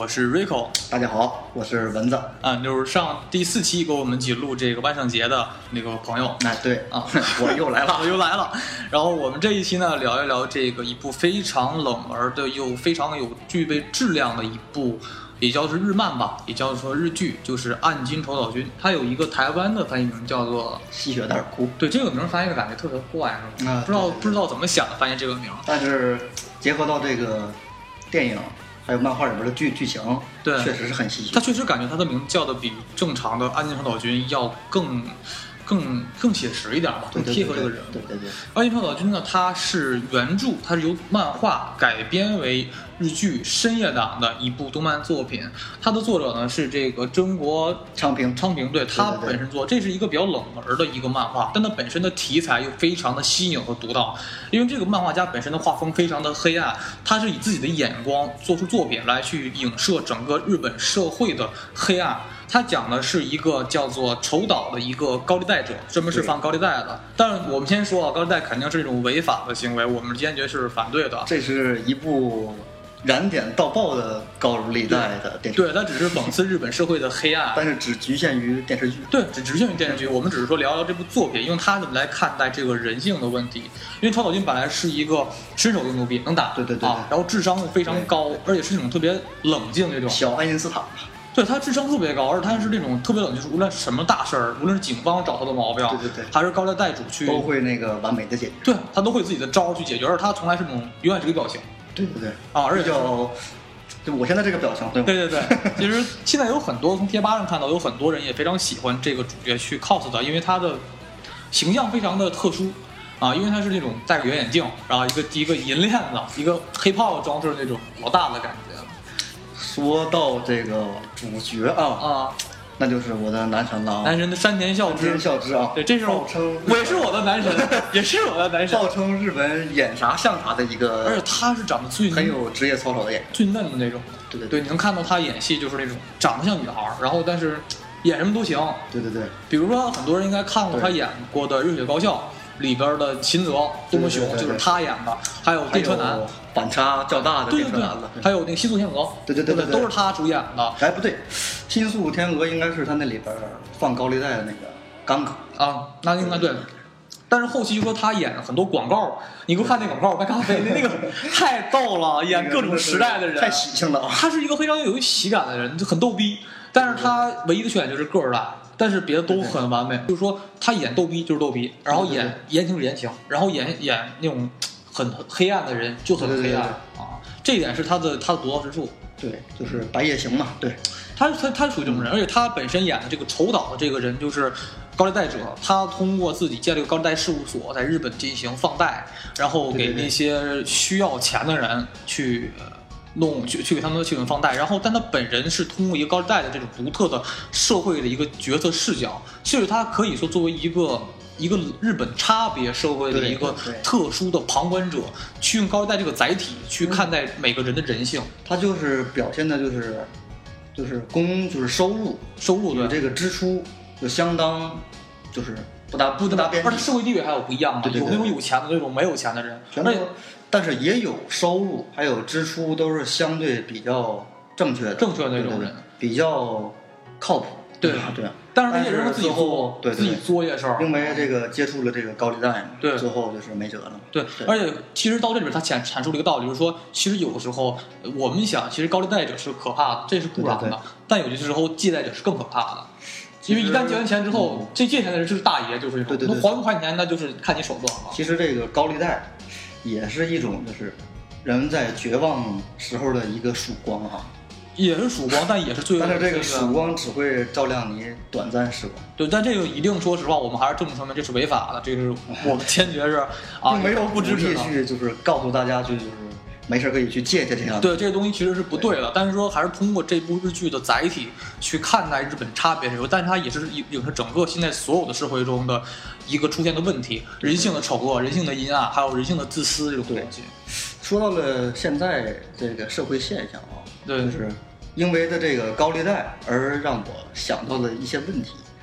是 Rico。 大家好，我是蚊子。 就是上第4期给我们一起录这个万圣节的那个朋友。 对啊，我又来了， 我又来了。然后我们这一期呢，聊一聊这个一部非常冷门的又非常具备质量的一部，也叫是日漫吧，也叫做日剧，就是《暗金丑岛君》。它有一个台湾的翻译名叫做 《吸血大哭》。 对，这个名翻译的感觉特别怪，是吧？不知道怎么想的，翻译这个名。 但是结合到这个电影还有漫画里边的剧情， 对， 确实是很吸血。 它确实感觉它的名字叫的比正常的《暗金丑岛君》要更写实一点吧，更贴合这个人物。 对。 暗金丑岛君呢，它是原著，它是由漫画改编为日剧深夜档的一部动漫作品。它的作者呢是这个真国昌平，对，他本身做，这是一个比较冷门的一个漫画，但它本身的题材又非常的新颖和独到。因为这个漫画家本身的画风非常的黑暗，他是以自己的眼光做出作品来去影射整个日本社会的黑暗。他讲的是一个叫做丑岛的一个高利贷者，专门是放高利贷的。但是我们先说啊，高利贷肯定是一种违法的行为，我们坚决是反对的。 这是一部燃点到爆的高利贷的电视剧。 对，它只是讽刺日本社会的黑暗， 但是只局限于电视剧。 对，只局限于电视剧。我们只是说聊聊这部作品，用它怎么来看待这个人性的问题。因为丑岛君本来是一个身手又牛逼，能打， 对啊，然后智商非常高，而且是那种特别冷静那种小爱因斯坦。 对，他智商特别高，而且他是那种特别冷，就是无论什么大事儿，无论是警方找他的毛病， 对， 还是高利贷主去， 都会那个完美的解决。 对，他都会自己的招去解决，而他从来是那种永远是个表情。 对啊，而且就我现在这个表情，对吗？ 对。其实现在有很多从贴吧上看到，有很多人也非常喜欢这个主角去 cos 的，因为他的形象非常的特殊啊，因为他是那种戴个圆眼镜，然后一个银链子，一个黑炮装饰那种老大的感觉。 说到这个主角啊，那就是我的男神了， 男神的山田孝之啊，对，这是号称我也是我的男神，也是我的男神， 号称日本演啥像啥的一个， 而且他是长得很有职业操守的演员， 最嫩的那种。对，你能看到他演戏就是那种长得像女孩，然后但是演什么都行。对。比如说很多人应该看过他演过的《热血高校》里边的秦泽东么雄，就是他演的，还有电车男。 反差较大的电车男了， 还有那个新宿天鹅，对，都是他主演的。 哎，不对，新宿天鹅应该是他那里边放高利贷的那个刚哥啊，那应该对。但是后期就说他演很多广告，你给我看那广告卖咖啡那个太逗了，演各种时代的人， 太喜庆了啊！ 他是一个非常有喜感的人，就很逗逼。但是他唯一的缺点就是个儿大，但是别的都很完美。就是说他演逗逼就是逗逼，然后演言情是言情，然后演那种很黑暗的人就很黑暗啊，这一点是他的独到之处。 对，就是白夜行嘛。对， 他属于这种人，而且他本身演的这个丑岛的这个人就是高利贷者，他通过自己建立一个高利贷事务所，在日本进行放贷，然后给那些需要钱的人去给他们放贷，然后但他本人是通过一个高利贷的这种独特的社会的一个角色视角，就是他可以说作为一个日本差别社会的一个特殊的旁观者，去用高利贷这个载体去看待每个人的人性。 他就是表现的就是收入与这个支出就相当就是不搭边， 而且社会地位还有不一样的，有那种有钱的，那种没有钱的人， 但是也有收入还有支出都是相对比较正确的那种人， 比较靠谱。对， 但是那些人自己做，自己作业事儿， 因为这个接触了这个高利贷嘛， 对， 最后就是没辙了。 对，而且其实到这里边他阐述了一个道理，就是说，其实有的时候我们想，其实高利贷者是可怕的，这是固然的，但有些时候借贷者是更可怕的，因为一旦借完钱之后，这借钱的人就是大爷，就是那种，还不还钱那就是看你手段了。 其实这个高利贷也是一种就是人在绝望时候的一个曙光啊。 也是曙光，但也是最后。 但是这个曙光只会照亮你短暂时光。 对，但这个一定说实话，我们还是正式声明，这是违法的，这是我们坚决是啊， 没有不支持去就是告诉大家就是没事可以去借这样。 对，这个东西其实是不对的，但是说还是通过这部日剧的载体去看待日本差别这个，但是它也是影射整个现在所有的社会中的一个出现的问题，人性的丑恶、人性的阴暗，还有人性的自私这种东西。 说到了现在这个社会现象啊， 对， 就是因为的这个高利贷而让我想到了一些问题。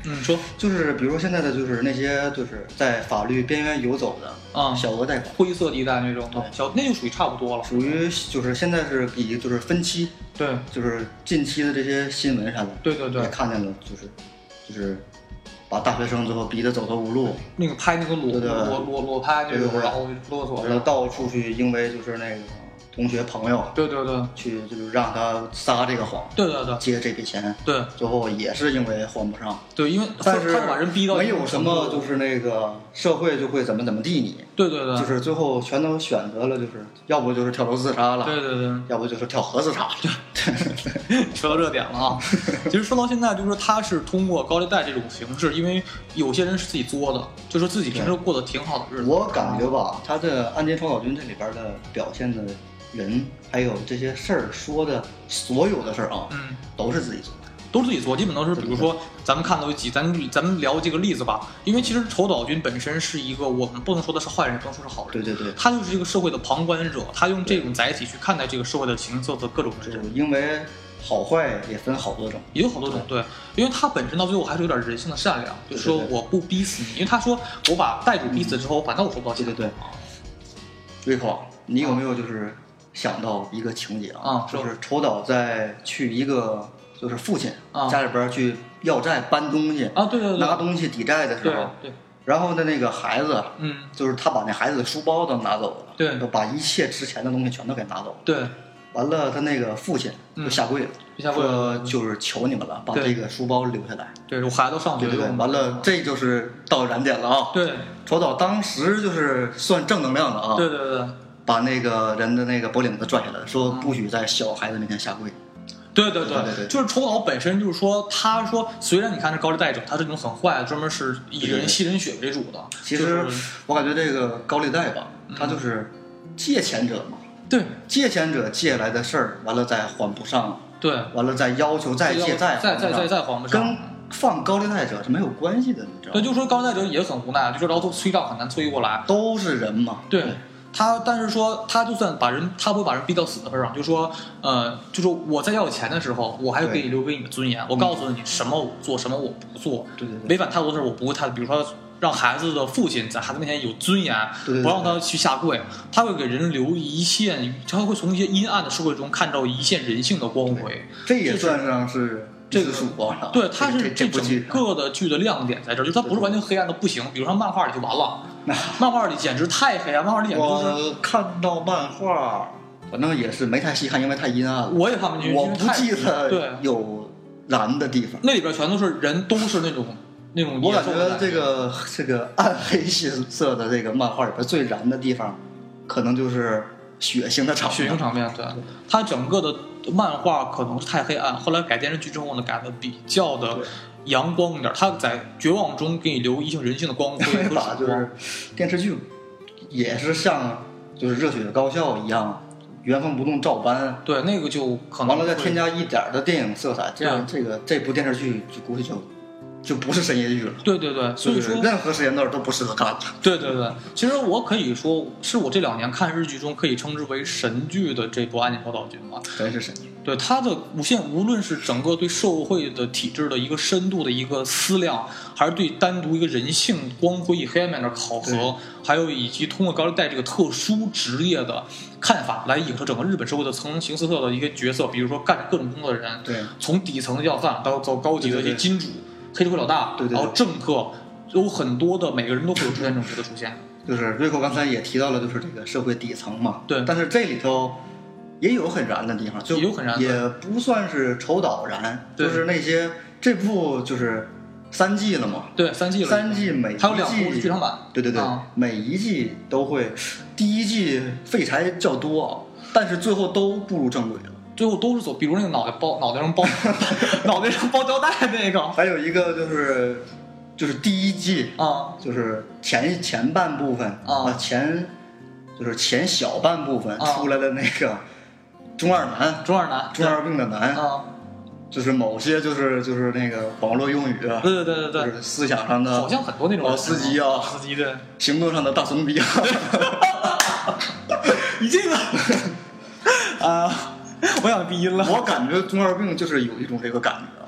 说就是比如说现在的就是那些就是在法律边缘游走的小额贷款， 灰色地带那种那就属于差不多了， 属于就是现在是以就是分期， 对， 就是近期的这些新闻上的， 对也看见了，就是把大学生最后逼得走投无路， 那个拍那个裸拍那种，然后勒索， 然后到处去，因为就是那个同学朋友， 对， 去就是让他撒这个谎， 对， 接这笔钱， 对， 最后也是因为还不上， 对，因为但是把人逼到没有什么就是那个社会就会怎么地你， 对， 就是最后全都选择了，就是要不就是跳楼自杀了， 对， 要不就是跳河自杀， 说到这点了啊。其实说到现在，就是他是通过高利贷这种形式，因为有些人是自己作的，就说自己平时过得挺好的日子。 我感觉吧，他的案件筹岛君这里边的表现的人，还有这些事儿说的所有的事儿啊，都是自己做的。 都是自己做，基本都是，比如说咱们看到咱们聊这个例子吧，因为其实筹岛君本身是一个我们不能说的是坏人，也不能说是好人， 对， 他就是一个社会的旁观者，他用这种载体去看待这个社会的形色的各种人， 因为好坏也分好多种， 也有好多种，对，因为他本身到最后还是有点人性的善良，就是说我不逼死你，因为他说我把贷主逼死之后，反正我收不到钱， 对，瑞克，你有没有就是想到一个情节啊？就是筹岛在去一个。就是父亲家里边去要债搬东西对， 拿东西抵债的时候， 对， 然后的那个孩子，就是他把那孩子的书包都拿走了， 对， 把一切值钱的东西全都给拿走了， 对， 完了他那个父亲就下跪了，说就是求你们了，把这个书包留下来， 对，我孩子都上学对，完了这就是到燃点了啊， 对， 筹岛当时就是算正能量的啊， 对， 把那个人的那个脖领子拽下来，说不许在小孩子面前下跪。 对，就是筹岛本身就是说，他说虽然你看这高利贷者，他是那种很坏的，专门是以人吸人血为主的。 其实我感觉这个高利贷吧，他就是借钱者嘛。 对， 借钱者借来的事儿，完了再还不上， 对， 完了再要求再借再还不上， 跟放高利贷者是没有关系的，你知道吗？ 对，就是说高利贷者也很无奈，就是然后催账很难催过来， 都是人嘛。 对。但是说他就算他不会把人逼到死的份上，就说就是我在要钱的时候，我还可以留给你的尊严。我告诉你什么我做，什么我不做。 对， 违反太多的事我不会比如说让孩子的父亲在孩子面前有尊严，不让他去下跪，他会给人留一线，他会从一些阴暗的社会中看到一线人性的光辉。 这也算上是。这个曙光上， 对，它是这整个的剧的亮点在这儿，就是它不是完全黑暗的不行。比如说漫画里就完了，漫画里简直太黑暗，漫画里简直就是。 我看到漫画，反正也是没太细看，因为太阴暗了。 我也看不进去， 我不记得有蓝的地方。 那里边全都是人，都是那种。 我感觉这个暗黑系色的这个漫画里边最燃的地方，可能就是血腥的场面。 血腥场面，对，它整个的。漫画可能是太黑暗，后来改电视剧之后呢，改的比较的阳光一点。他在绝望中给你留一线人性的光辉。 把就是电视剧也是像就是热血高校一样原封不动照搬。 对，那个就可能完了再添加一点的电影色彩，这样这部电视剧就估计就不是深夜剧了。 对，所以说任何时间段都不适合看。 对，其实我可以说是我这2年看日剧中可以称之为神剧的这部《暗恋筹岛君》吧， 真是神剧。 对它的无论是整个对社会的体制的一个深度的一个思量，还是对单独一个人性光辉与黑暗面的考核，还有以及通过高利贷这个特殊职业的看法来影射整个日本社会的形形色色的一些角色，比如说干各种工作的人， 对， 从底层的要饭到高级的一些金主。黑社会老大， 对， 然后政客，有很多的每个人都会有出现这种角色出现。 就是瑞克刚才也提到了，就是这个社会底层嘛。 对。 但是这里头也有很燃的地方，就有很燃， 也不算是筹岛燃，就是那些这部就是3季了嘛。 对，3季了。 3季每一季还有2部剧场版。 对，每一季都会，第一季废柴较多，但是最后都步入正轨了。 最后都是走，比如那个脑袋上包胶带那个， 还有一个就是第一季啊， 就是前半部分啊， 就是前小半部分出来的那个中二病的男啊， 就是某些就是那个网络用语， 对， 就是思想上的， 好像很多那种老司机啊， 对， 行动上的大怂逼啊， 你这个啊。我想逼音了。 我感觉中二病就是有一种这个感觉。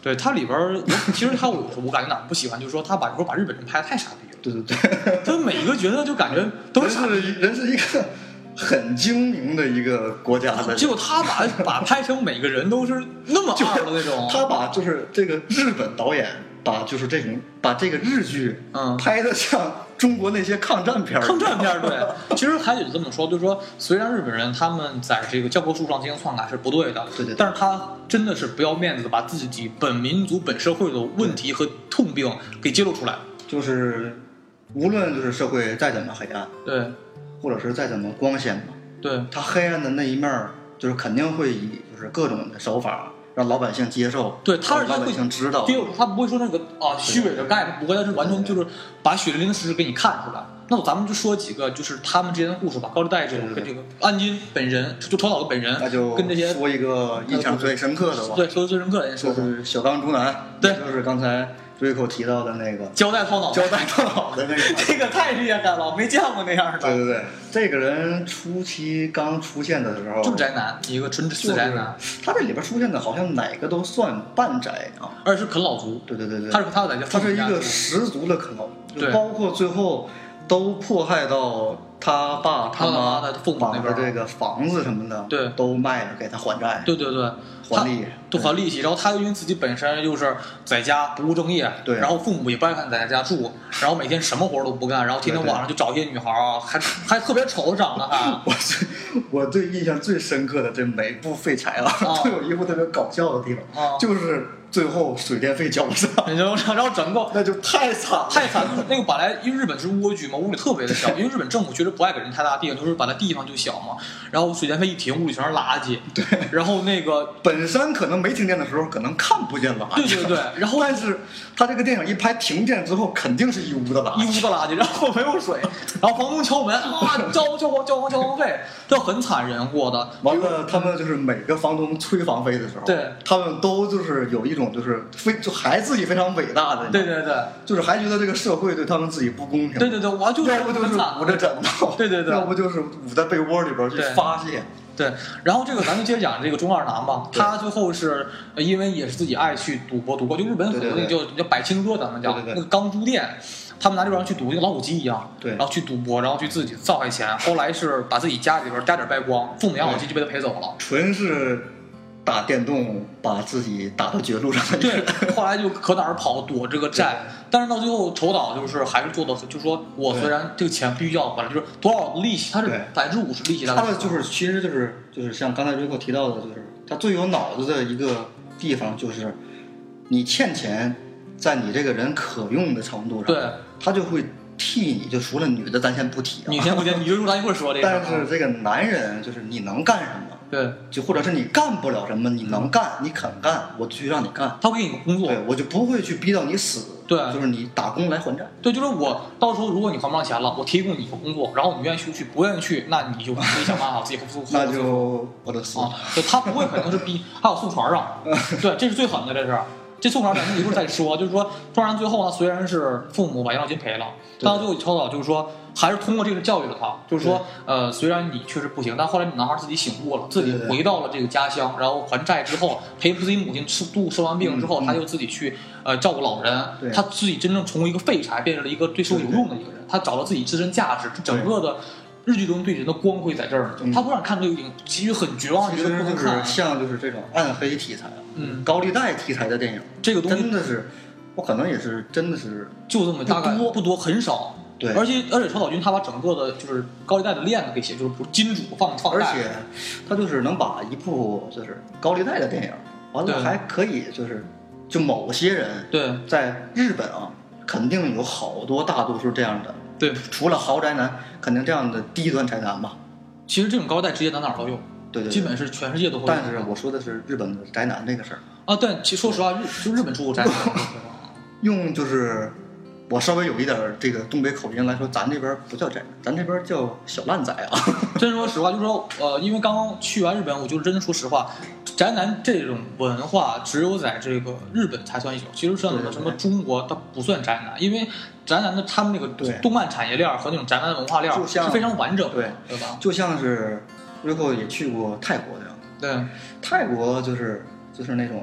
对，它里边其实我感觉哪儿不喜欢，就是说他把日本人拍得太傻逼了。 对对对， 他每一个角色就感觉都是傻逼。 人是一个很精明的一个国家的， 结果他把拍成每个人都是那么二的那种。 他把就是这个日本导演把这个日剧拍的像中国那些抗战片。 对，其实还得这么说，就是说虽然日本人他们在这个教科书上进行篡改是不对的， 对， 但是他真的是不要面子的把自己本民族本社会的问题和痛病给揭露出来。 就是无论就是社会再怎么黑暗， 对， 或者是再怎么光鲜嘛， 对， 他黑暗的那一面就是肯定会以就是各种的手法让老百姓接受， 对，他老百姓知道， 他不会说那个虚伪的盖，不会，他是完全就是把血淋淋的事实给你看出来。那咱们就说几个就是他们之间的故事吧。高利贷这种跟这个安金本人，就头岛的本人， 那就跟这些说一个印象最深刻的吧。 对，说最深刻的就是小刚竹南， 对， 就是刚才瑞口提到的那个胶带套脑的那个， 这个太厉害了，没见过那样的。 对，这个人初期刚出现的时候就是宅男，一个纯死宅男。 他这里边出现的好像哪个都算半宅啊， 而且是啃老族。 对， 他是一个十足的啃老族， 对， 包括最后都迫害到他爸他妈的父母那边， 把这个房子什么的， 对， 都卖了给他还债。 对， 还利， 都还利息。然后他因为自己本身又是在家不务正业， 对， 然后父母也不爱看在家住，然后每天什么活都不干，然后天天晚上就找一些女孩啊，还特别丑长得还。 我对印象最深刻的这每部废柴啊，都有一部特别搞笑的地方，就是最后水电费交不上， 然后整个那就太惨。 就是那个本来因为日本是蜗居嘛，屋里特别的小，因为日本政府确实不爱给人太大地方，就是把那地方就小嘛，然后水电费一停，屋里全是垃圾。 对， 然后那个本身可能没停电的时候可能看不见垃圾， 对，然后但是他这个电影一拍停电之后肯定是一屋的垃圾，然后没有水，然后房东敲门啊，交房费，这很惨人过的。 完了，他们就是每个房东催房费的时候， 对， 他们都就是有一种就是就还自己非常伟大的， 对， 就是还觉得这个社会对他们自己不公平， 对，我就是要不就是捂着枕头， 对， 要不就是捂在被窝里边去发泄。 对，然后这个咱就接着讲这个中二男吧，他最后是因为也是自己爱去赌博，就日本很多那个叫百青哥，咱们讲那个钢珠店，他们拿这玩意儿去赌，跟老虎机一样， 对， 然后去赌博，然后去自己造坏钱，后来是把自己家里边家底败光，父母养老金就被他赔走了， 纯是打电动把自己打到绝路上了。 对，后来就可哪儿跑躲这个债，但是到最后丑岛就是还是做的，就是说我虽然这个钱必须要还，就是多少利息，它是50%利息， 他的就是其实就是像刚才瑞克提到的，就是他最有脑子的一个地方就是你欠钱，在你这个人可用的程度上， 对， 他就会替你，就除了女的咱先不提， 你先不提，你就咱一会儿说这个。 但是这个男人就是你能干什么？ 对， 就或者是你干不了什么，你能干，你肯干，我就去让你干。 他会给你工作， 对，我就不会去逼到你死。 对， 就是你打工来还债。 对，就是我到时候如果你还不上钱了，我提供你一个工作，然后你愿意去，不愿意去，那你就自己想办法自己付。 那就我的死。 对，他不会可能是逼，还有诉船上，对，这是最狠的，这是。这诉船咱们一会儿再说，就是说，突然最后呢，虽然是父母把养老金赔了，但到最后超导就是说，还是通过这个教育了他，就是说，虽然你确实不行，但后来你男孩自己醒悟了，自己回到了这个家乡，然后还债之后，陪自己母亲生完病之后，他就自己去照顾老人，他自己真正从一个废柴变成了一个对社会有用的一个人，他找到自己自身价值，整个的。日剧中对人的光辉在这儿，他不让看这个其实很绝望， 其实就是像就是这种暗黑题材高利贷题材的电影， 这个东西真的是，我可能也是真的是就这么大概不多很少。 对， 而且超岛君他把整个的就是高利贷的链子给写，就是金主放贷， 而且他就是能把一部就是高利贷的电影，完了还可以就某些人在日本啊，肯定有好多大多数这样的。 对， 除了豪宅男，肯定这样的低端宅男吧。 其实这种高利贷直接哪儿都有， 对， 基本是全世界都会有。 但是我说的是日本的宅男这个事儿啊。对，其实说实话，日本出过宅男。 用就是我稍微有一点这个东北口音来说，咱这边不叫宅男，咱这边叫小烂仔啊。 真说实话，就是说因为刚刚去完日本，我就真说实话，宅男这种文化只有在这个日本才算有。其实像什么中国，它不算宅男，因为宅男的他们那个动漫产业链和那种宅男的文化链是非常完整的，对吧？ 就像是最后也去过泰国的， 对， 泰国就是那种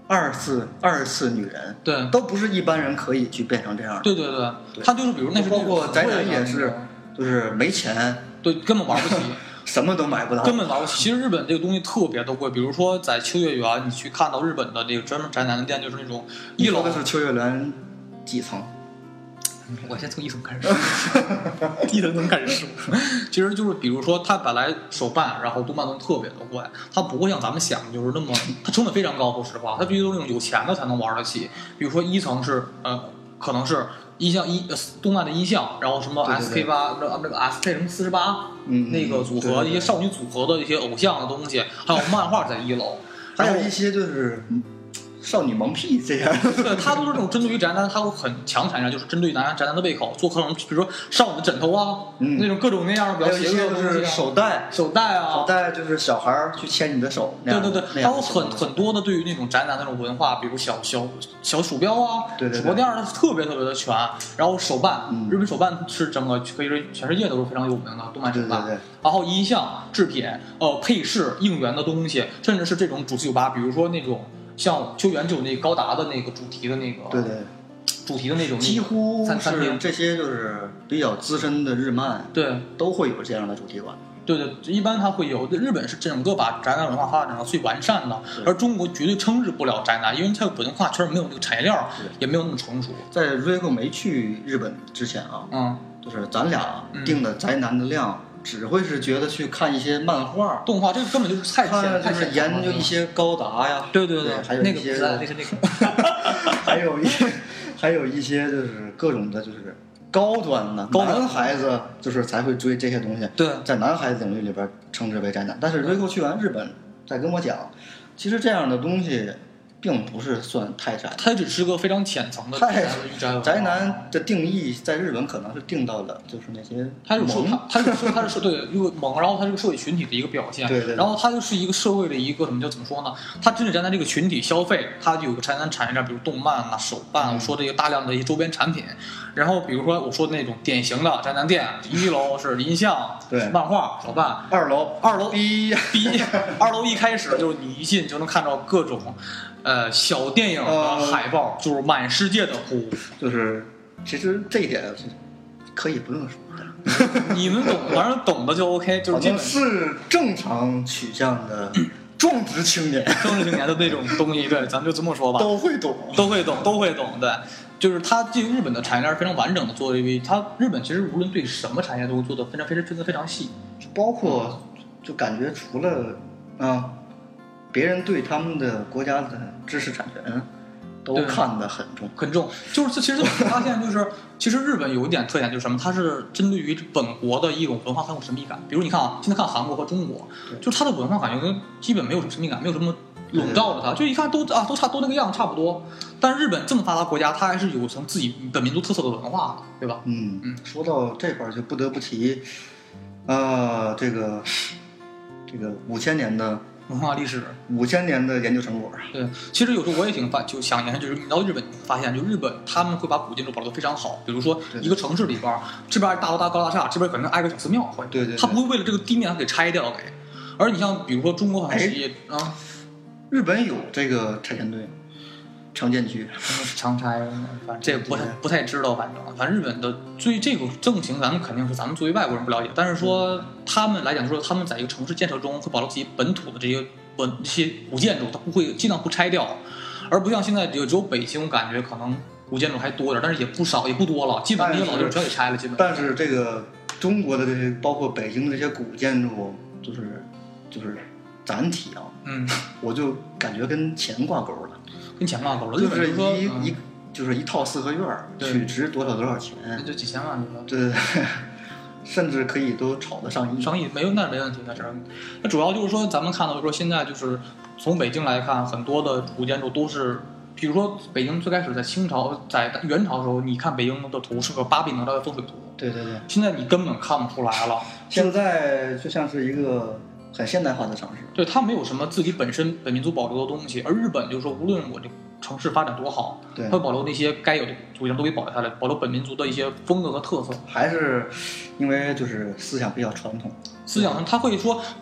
24女人， 对， 都不是一般人可以去变成这样的。 对，他就是比如那是包括宅男也是，就是没钱， 对，根本玩不起。 什么都买不到， 根本玩不起。其实日本这个东西特别的贵，比如说在秋叶原，你去看到日本的这个专门宅男的店，就是那种一楼的是秋叶原几层？ 我先从一层开始说，一层开始说。其实就是比如说，它本来手办，然后动漫都特别的贵，它不会像咱们想的就是那么，它成本非常高。说实话，它必须都是那种有钱的才能玩得起。比如说一层是可能是音像动漫的音像，然后什么 SK8那个 SK 什么48，那个组合一些少女组合的一些偶像的东西，还有漫画在一楼， 还有一些就是少女萌屁这样。 对，它都是这种针对于宅男，它有很强产业，就是针对宅男的胃口做各种，比如说少女的枕头啊，那种各种那样比较邪恶的东西， 手袋啊，手袋就是小孩去牵你的手。 对，还有很多的对于那种宅男那种文化，比如小鼠标啊，鼠标垫儿特别的全。然后手办，日本手办是整个可以说全世界都是非常有名的动漫手办。 对。 然后音像、制品、配饰、应援的东西，甚至是这种主题酒吧，比如说那种。像秋园就有那个高达的那个主题的那个， 对， 主题的那种， 几乎是这些就是比较资深的日漫， 对， 都会有这样的主题馆。 对，一般它会有。日本是整个把宅男文化发展到最完善的，而中国绝对称之不了宅男，因为它文化圈没有那个产业链，也没有那么成熟。 在 Rico 没去日本之前啊，就是咱俩定的宅男的量。只会是觉得去看一些漫画、 动画，这个根本就是太就是研究一些高达呀， 对， 还有一些还有一些就是各种的，就是高端的男孩子就是才会追这些东西。 对， 在男孩子领域里边称之为宅男，但是 Rico 去完日本再跟我讲，其实这样的东西。并不是算太宅， 它只是个非常浅层的宅男的定义，在日本可能是定到了就是那些它是对因为萌，然后它是个社会群体的一个表现， 对， 然后它就是一个社会的一个怎么说呢？它针对宅男这个群体消费，它就有个宅男产业链，比如动漫啊、手办，我说这个大量的一些周边产品，然后比如说我说的那种典型的宅男店，一楼是音像、 对， 漫画、手办， 二楼 B 二楼一开始就是你一进就能看到各种。小电影的海报就是满世界的呼， 就是其实这一点可以不用说， 你们懂，反正懂的就 OK， 就是基本是正常取向的壮直青年的那种东西，对，咱就这么说吧， 都会懂， 对，就是它基于日本的产业链非常完整的做，因为它日本其实无论对什么产业都做的非常细， 包括就感觉除了别人对他们的国家的知识产权都看得很重， 就是其实发现就是，其实日本有一点特点就是什么？它是针对于本国的一种文化，它有神秘感。比如你看啊，现在看韩国和中国，就它的文化感觉跟基本没有什么神秘感，没有什么笼罩着它，就一看都那个样差不多。但是日本这么发达国家，它还是有成自己本民族特色的文化的，对吧？ 说到这块就不得不提，这个5000年的。 文化历史 5000年的研究成果。 对，其实有时候我也就想研究，就是你到日本发现，就日本他们会把古建筑保留得非常好。比如说一个城市里边，这边大高大厦，这边可能挨个小寺庙会， 对， 他不会为了这个地面给拆掉给。而你像比如说中国好像也日本有这个拆迁队。城建区强拆，反正这不太知道，反正日本的这个政情，咱们肯定是咱们作为外国人不了解，但是说他们来讲，说他们在一个城市建设中会保留自己本土的这些古建筑，他不会尽量不拆掉，而不像现在只有北京，感觉可能古建筑还多点，但是也不少也不多了，基本这些老建筑全给拆了，基本。 但是这个中国的这些，包括北京的这些古建筑，就是展体啊，我就感觉跟钱挂钩了。 跟钱挂钩了， 就是一套四合院，取值多少钱？ 就几千万， 对，甚至可以都炒得上亿，没问题，那主要就是说，咱们看到说现在就是从北京来看，很多的古建筑都是，比如说北京最开始在清朝、在元朝的时候，你看北京的图是个8比0的风水图， 对， 现在你根本看不出来了， 现在就像是一个。很现代化的城市， 对，它没有什么自己本民族保留的东西，而日本就是说，无论我这城市发展多好， 对， 它会保留那些该有的族群都给保留下来，保留本民族的一些风格和特色。 还是因为就是思想比较传统， 思想上他会说，我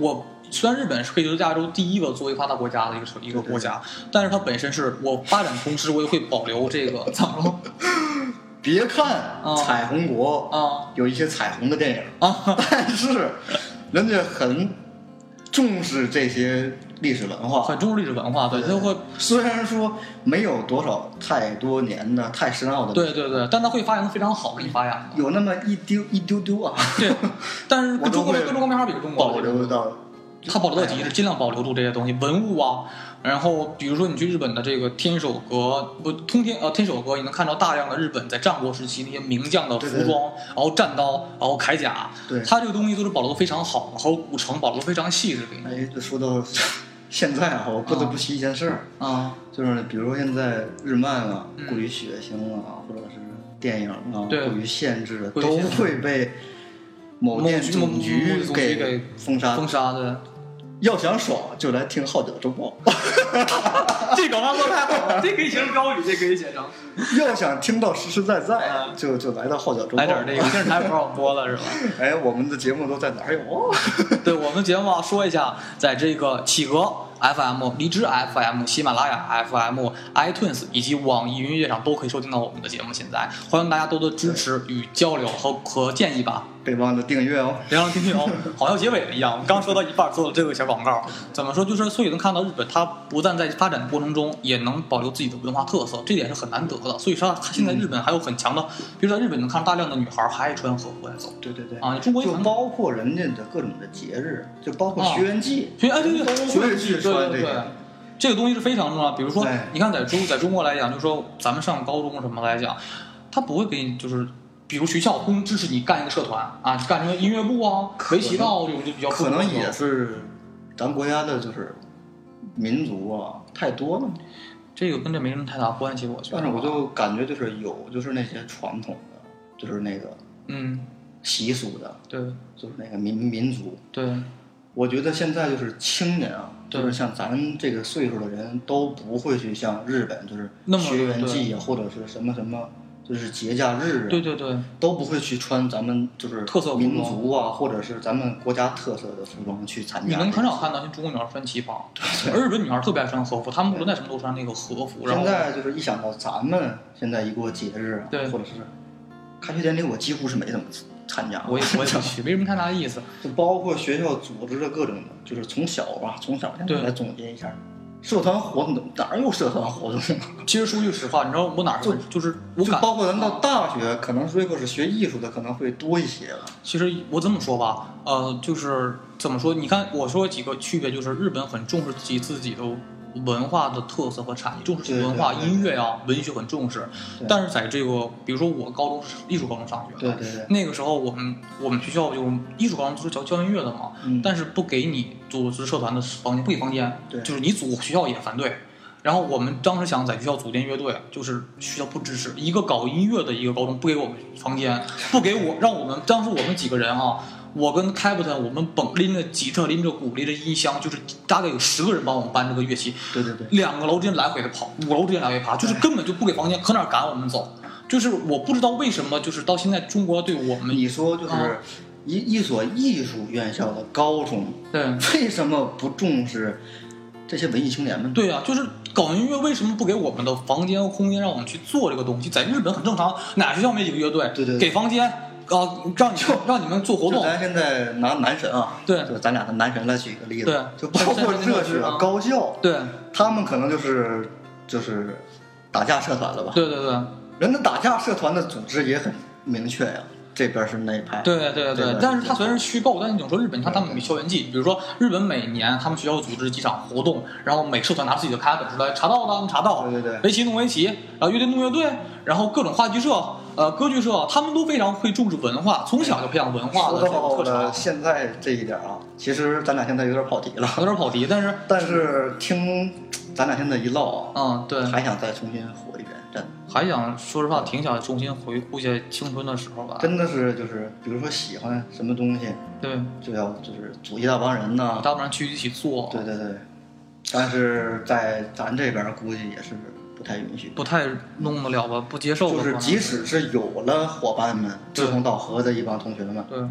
虽然日本是可以说亚洲第一个作为发达国家的一个国家，但是它本身是我发展同时我也会保留这个怎么了？ 别看彩虹国有一些彩虹的电影但是人家很重视这些历史文化， 很重视历史文化，对，他会虽然说没有多少太多年的太深奥的， 对，但他会发扬的非常好，给你发扬有那么一丢丢啊， 对，但是跟中国没法比，中国保留到， 他保留到极致，尽量保留住这些东西，文物啊。然后比如说你去日本的这个天守阁，天守阁，你能看到大量的日本在战国时期那些名将的服装， 对然后战刀，然后铠甲， 对， 它这个东西都是保留的非常好，还有古城保留的非常细致给你。 哎，这说到现在啊，我不得不提一件事儿就是比如说现在日漫啊过于血腥啊，或者是电影啊过于限制，都会被某电总局给封杀的。 要想爽就来听号角周报这广告做太好了，这可以写成标语，这可以写成要想听到实实在在就来到号角周报， 来点这个电视台不让播了是吧？ 哎，我们的节目都在哪儿有对，我们的节目说一下，在这个企鹅FM、荔枝 FM、喜马拉雅 FM、iTunes 以及网易云音乐上都可以收听到我们的节目。现在欢迎大家多多支持与交流和建议吧， 别忘了订阅哦， 别忘了订阅哦，好像结尾了一样。我们刚说到一半做了这个小广告，怎么说？就是所以能看到日本，它不但在发展的过程中也能保留自己的文化特色，这点是很难得的。所以说，现在日本还有很强的，比如在日本能看到大量的女孩还爱穿和服来走。 对啊，中国就包括人家的各种的节日，就包括学员季， 对， 学员季穿这个。 这个东西是非常重要。比如说，你看在中国来讲，就是说咱们上高中什么来讲，他不会给你就是，比如学校支持你干一个社团啊，干什么音乐部啊、围棋道这种就比较可能也是咱国家的就是民族啊太多了。 这个跟这没什么太大关系，我觉得。 但是我就感觉就是就是那些传统的，就是那个习俗的， 对， 就是那个民族， 对。 我觉得现在就是青年啊，就是像咱这个岁数的人都不会去像日本，就是学员季啊，或者是什么，就是节假日啊， 对， 都不会去穿咱们就是特色民族啊，或者是咱们国家特色的服装去参加。 你能很少看到像中国女孩穿旗袍，而日本女孩特别爱穿和服，她们无论在什么都穿那个和服。 现在就是一想到咱们现在一过节日啊，或者是开学典礼，我几乎是没怎么参加， 我也不去，没什么太大的意思。 就包括学校组织的各种的，就是从小来总结一下，社团活动哪有社团活动？ 其实说句实话，你知道我哪就是我感包括咱到大学，可能如果是学艺术的，可能会多一些了。 其实我这么说吧，就是怎么说？你看我说几个区别，就是日本很重视自己的文化的特色和产业，重视文化、音乐啊、文学很重视。但是在这个，比如说我高中是艺术高中上学的， 对， 那个时候我们学校就艺术高中都是教音乐的嘛，但是不给你组织社团的房间，不给房间，就是你组学校也反对。然后我们当时想在学校组建乐队，就是学校不支持，一个搞音乐的一个高中不给我们房间，不给我，让我们当时我们几个人啊。我跟 Captain 我们拎着吉他，拎着鼓，拎着音箱，就是大概有10个人帮我们搬这个乐器。 对 ，2个楼之间来回的跑，5楼之间来回爬，就是根本就不给房间，可哪赶我们走。就是我不知道为什么，就是到现在中国对我们， 你说就是一所艺术院校的高中， 对， 为什么不重视这些文艺青年们？ 对啊，就是搞音乐为什么不给我们的房间和空间让我们去做这个东西？在日本很正常，哪学校没几个乐队？ 对， 给房间。让你们做活动。 咱现在拿男神啊， 对， 就咱俩的男神来举一个例子， 对， 就包括热血高校， 对， 他们可能就是打架社团了吧？ 对， 人家打架社团的组织也很明确呀，这边是那一派， 对，但是他虽然是虚构，但是你说日本，你看他们有校园季，比如说日本每年他们学校组织几场活动，然后每社团拿自己的卡本出来，茶道的茶道， 对， 围棋弄围棋，然后乐队弄乐队，然后各种话剧社。歌剧社他们都非常会重视文化，从小就培养文化的这个特长。 现在这一点啊，其实咱俩现在有点跑题了， 但是听咱俩现在一唠啊，对， 还想再重新活一遍，真的还想说实话，挺想重新回顾一下青春的时候吧。 真的是比如说喜欢什么东西， 对， 就要组一大帮人呢， 大帮人去一起做。 对，但是在咱这边估计也是。不太允许， 不太弄得了吧？不接受。 就是即使是有了伙伴们志同道合的一帮同学们， 对，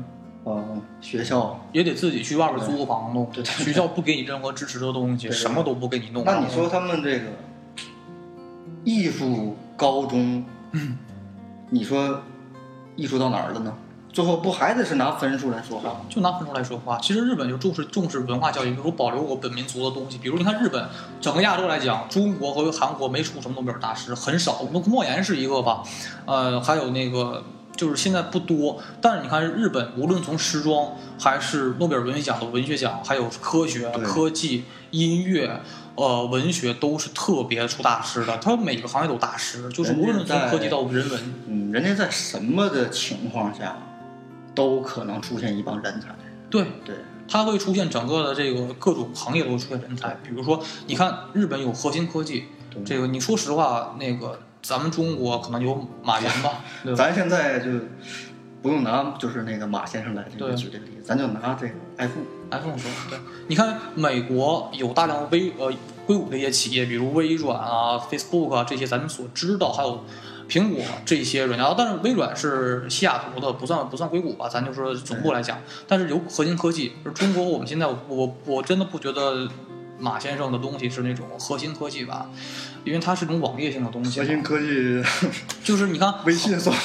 学校也得自己去外边租个房弄，对，学校不给你任何支持的东西，什么都不给你弄。 那你说他们这个艺术高中，你说艺术到哪儿了呢？最后不还得是拿分数来说话？ 就拿分数来说话。其实日本就重视文化教育，比如保留我本民族的东西。比如你看日本整个亚洲来讲，中国和韩国没出什么诺贝尔大师，很少。莫言是一个吧，还有那个就是现在不多。但是你看日本，无论从时装还是诺贝尔文学奖的文学奖，还有科学、科技、音乐。文学都是特别出大师的，他每个行业都大师，就是无论从科技到人文， 人家在什么的情况下，都可能出现一帮人才。 对，他会出现整个的这个各种行业都会出现人才。比如说，你看日本有核心科技，这个你说实话，那个咱们中国可能有马云吧，对吧？ 咱现在就不用拿就是那个马先生来这个举这个例子，咱就拿这个 iPhone 说，对，你看美国有大量硅谷的一些企业，比如微软啊、Facebook 啊这些，咱们所知道，还有苹果这些软件，但是微软是西雅图的，不算硅谷吧，咱就说总部来讲，但是有核心科技。而中国我们现在我真的不觉得马先生的东西是那种核心科技吧，因为它是一种网页性的东西。 核心科技就是你看微信算。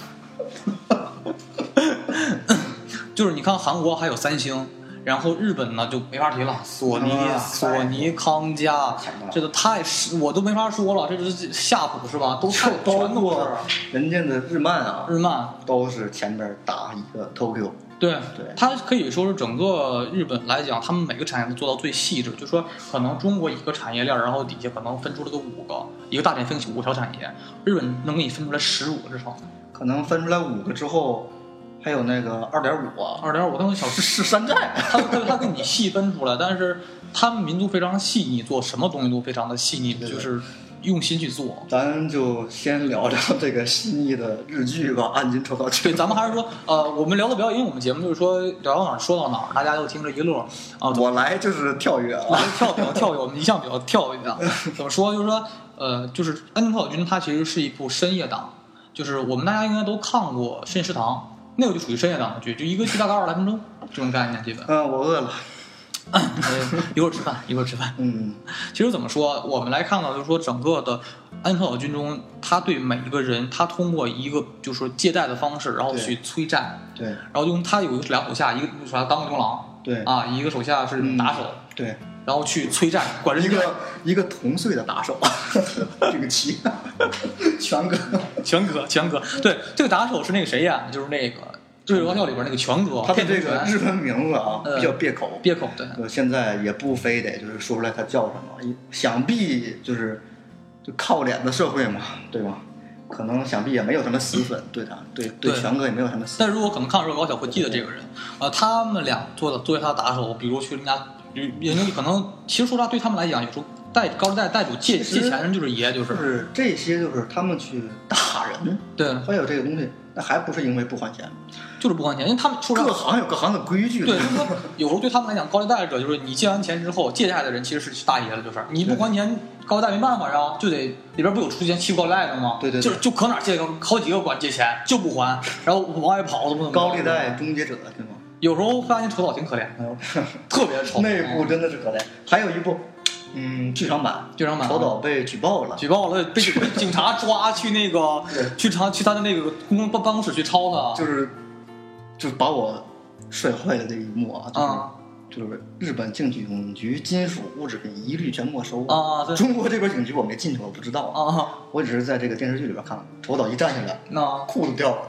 就是你看韩国还有三星，然后日本呢就没法提了，索尼、康佳，这个我都没法说了，这是夏普是吧？都太包括人家的日漫都是前面打一个 Tokyo。 对，它可以说是整个日本来讲，他们每个产业都做到最细致。就说可能中国一个产业链，然后底下可能分出了个5个，一个大点分5条产业，日本能给你分出来15个至少。 可能分出来5个之后。还有那个2.5啊 ，2.5，他们小是山寨， 他给你细分出来，但是他们民族非常细腻，做什么东西都非常的细腻，就是用心去做。 咱就先聊聊这个细腻的日剧吧，暗金抽到对，咱们还是说，我们聊的比较，因为我们节目就是说聊到哪儿说到哪儿，大家都听着一乐啊。 我来就是跳跃啊， 跳跃，我们一向比较跳跃啊。怎么说？就是说，就是《暗金抽岛君》它其实是一部深夜档，就是我们大家应该都看过《深夜食堂》。那个就属于深夜档的剧，就一个剧大概20来分钟这种概念，基本。 我饿了， 一会儿吃饭。其实怎么说，我们来看到就是说，整个的《暗金抽岛君》中，他对每一个人，他通过一个就是说借贷的方式，然后去催债。 对。 然后他有2手下，一个手下当个牛郎。 对。 啊，一个手下是打手。 对。 然后去催债，管人一个同岁的打手，这个齐，全哥， 对，这个打手是那个谁呀？就是那个《热血高校》里边那个全哥， 他的这个日文名字啊比较别口， 对。 现在也不非得就是说出来他叫什么，想必就靠脸的社会嘛，对吧？可能想必也没有什么死粉对他，对全哥也没有什么死粉。 但如果可能看《热血高校》会记得这个人，他们俩作为他打手，比如去人家。人家可能其实说实话，对他们来讲，有时候高利贷贷主借钱人就是爷， 就是这些，就是他们去打人， 对， 还有这个东西，那还不是因为不还钱， 就是不还钱，因为他们说各行有各行的规矩， 对，就是说有时候对他们来讲，高利贷者就是你借完钱之后，借债的人其实是大爷了，就是你不还钱，高利贷没办法呀，就得里边不有出现欺负高利贷的吗？ 对， 就可哪借好几个管借钱就不还，然后往外跑怎么高利贷终结者对吗？ 有时候发现丑岛挺可怜的，特别丑。 那部真的是可怜。还有一部，剧场版丑岛被举报了， 被警察抓去那个去他的那个办公室去抄他， 就把我摔坏了这一幕啊，就是日本警局金属物质品一律全没收啊。 中国这边警局我没进去，我不知道啊， 我只是在这个电视剧里边看了，丑岛一站起来，裤子掉了，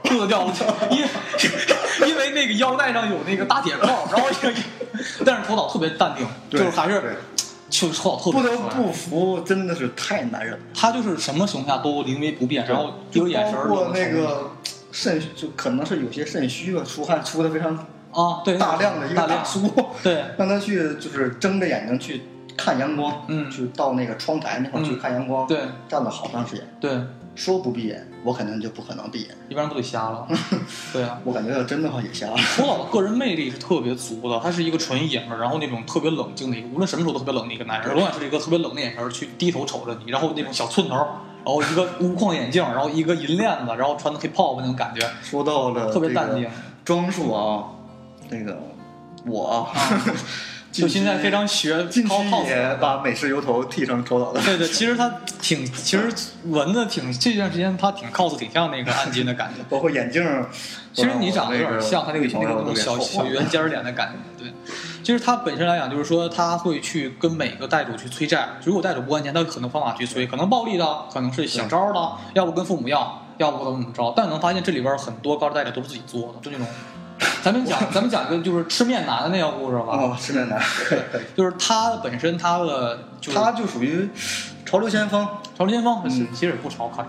因为那个腰带上有那个大铁扣，然后但是丑岛特别淡定，就是还是就丑岛特别不得不服，真的是太男人了。 他就是什么情况下都临危不变，然后一个眼神， 包括那个肾就可能是有些肾虚吧，出汗出的非常对， 大量的一个大叔， 对， 让他去就是睁着眼睛去看阳光，去到那个窗台那块去看阳光， 对， 站了好长时间， 对， 说不闭眼，我肯定就不可能闭眼， 一般人都得瞎了，对啊， 我感觉要真的话也瞎了。 丑岛的个人魅力是特别足的，他是一个纯爷们儿，然后那种特别冷静的一个，无论什么时候都特别冷的一个男人，永远是一个特别冷的眼神去低头瞅着你，然后那种小寸头，然后一个无框眼镜，然后一个银链子，然后穿的 hip hop 那种感觉， 说到了特别淡定， 装束啊。 那个我。 就现在非常学近期也把美式油头剃成头导的。 对，其实他其实纹的这段时间他挺 cos 挺像那个安金的感觉， 包括眼镜。 其实你长得有点像他那个小圆尖脸的感觉。对，其实他本身来讲，就是说他会去跟每个贷主去催债，如果贷主不还钱，他有很多方法去催，可能暴力的，可能是想招的，要不跟父母要不怎么着。但能发现这里边很多高利贷者都是自己做的，就那种。咱们讲一个就是吃面男的那个故事吧。 哦，吃面男， 就是他本身他的他就属于潮流先锋， 其实也不潮，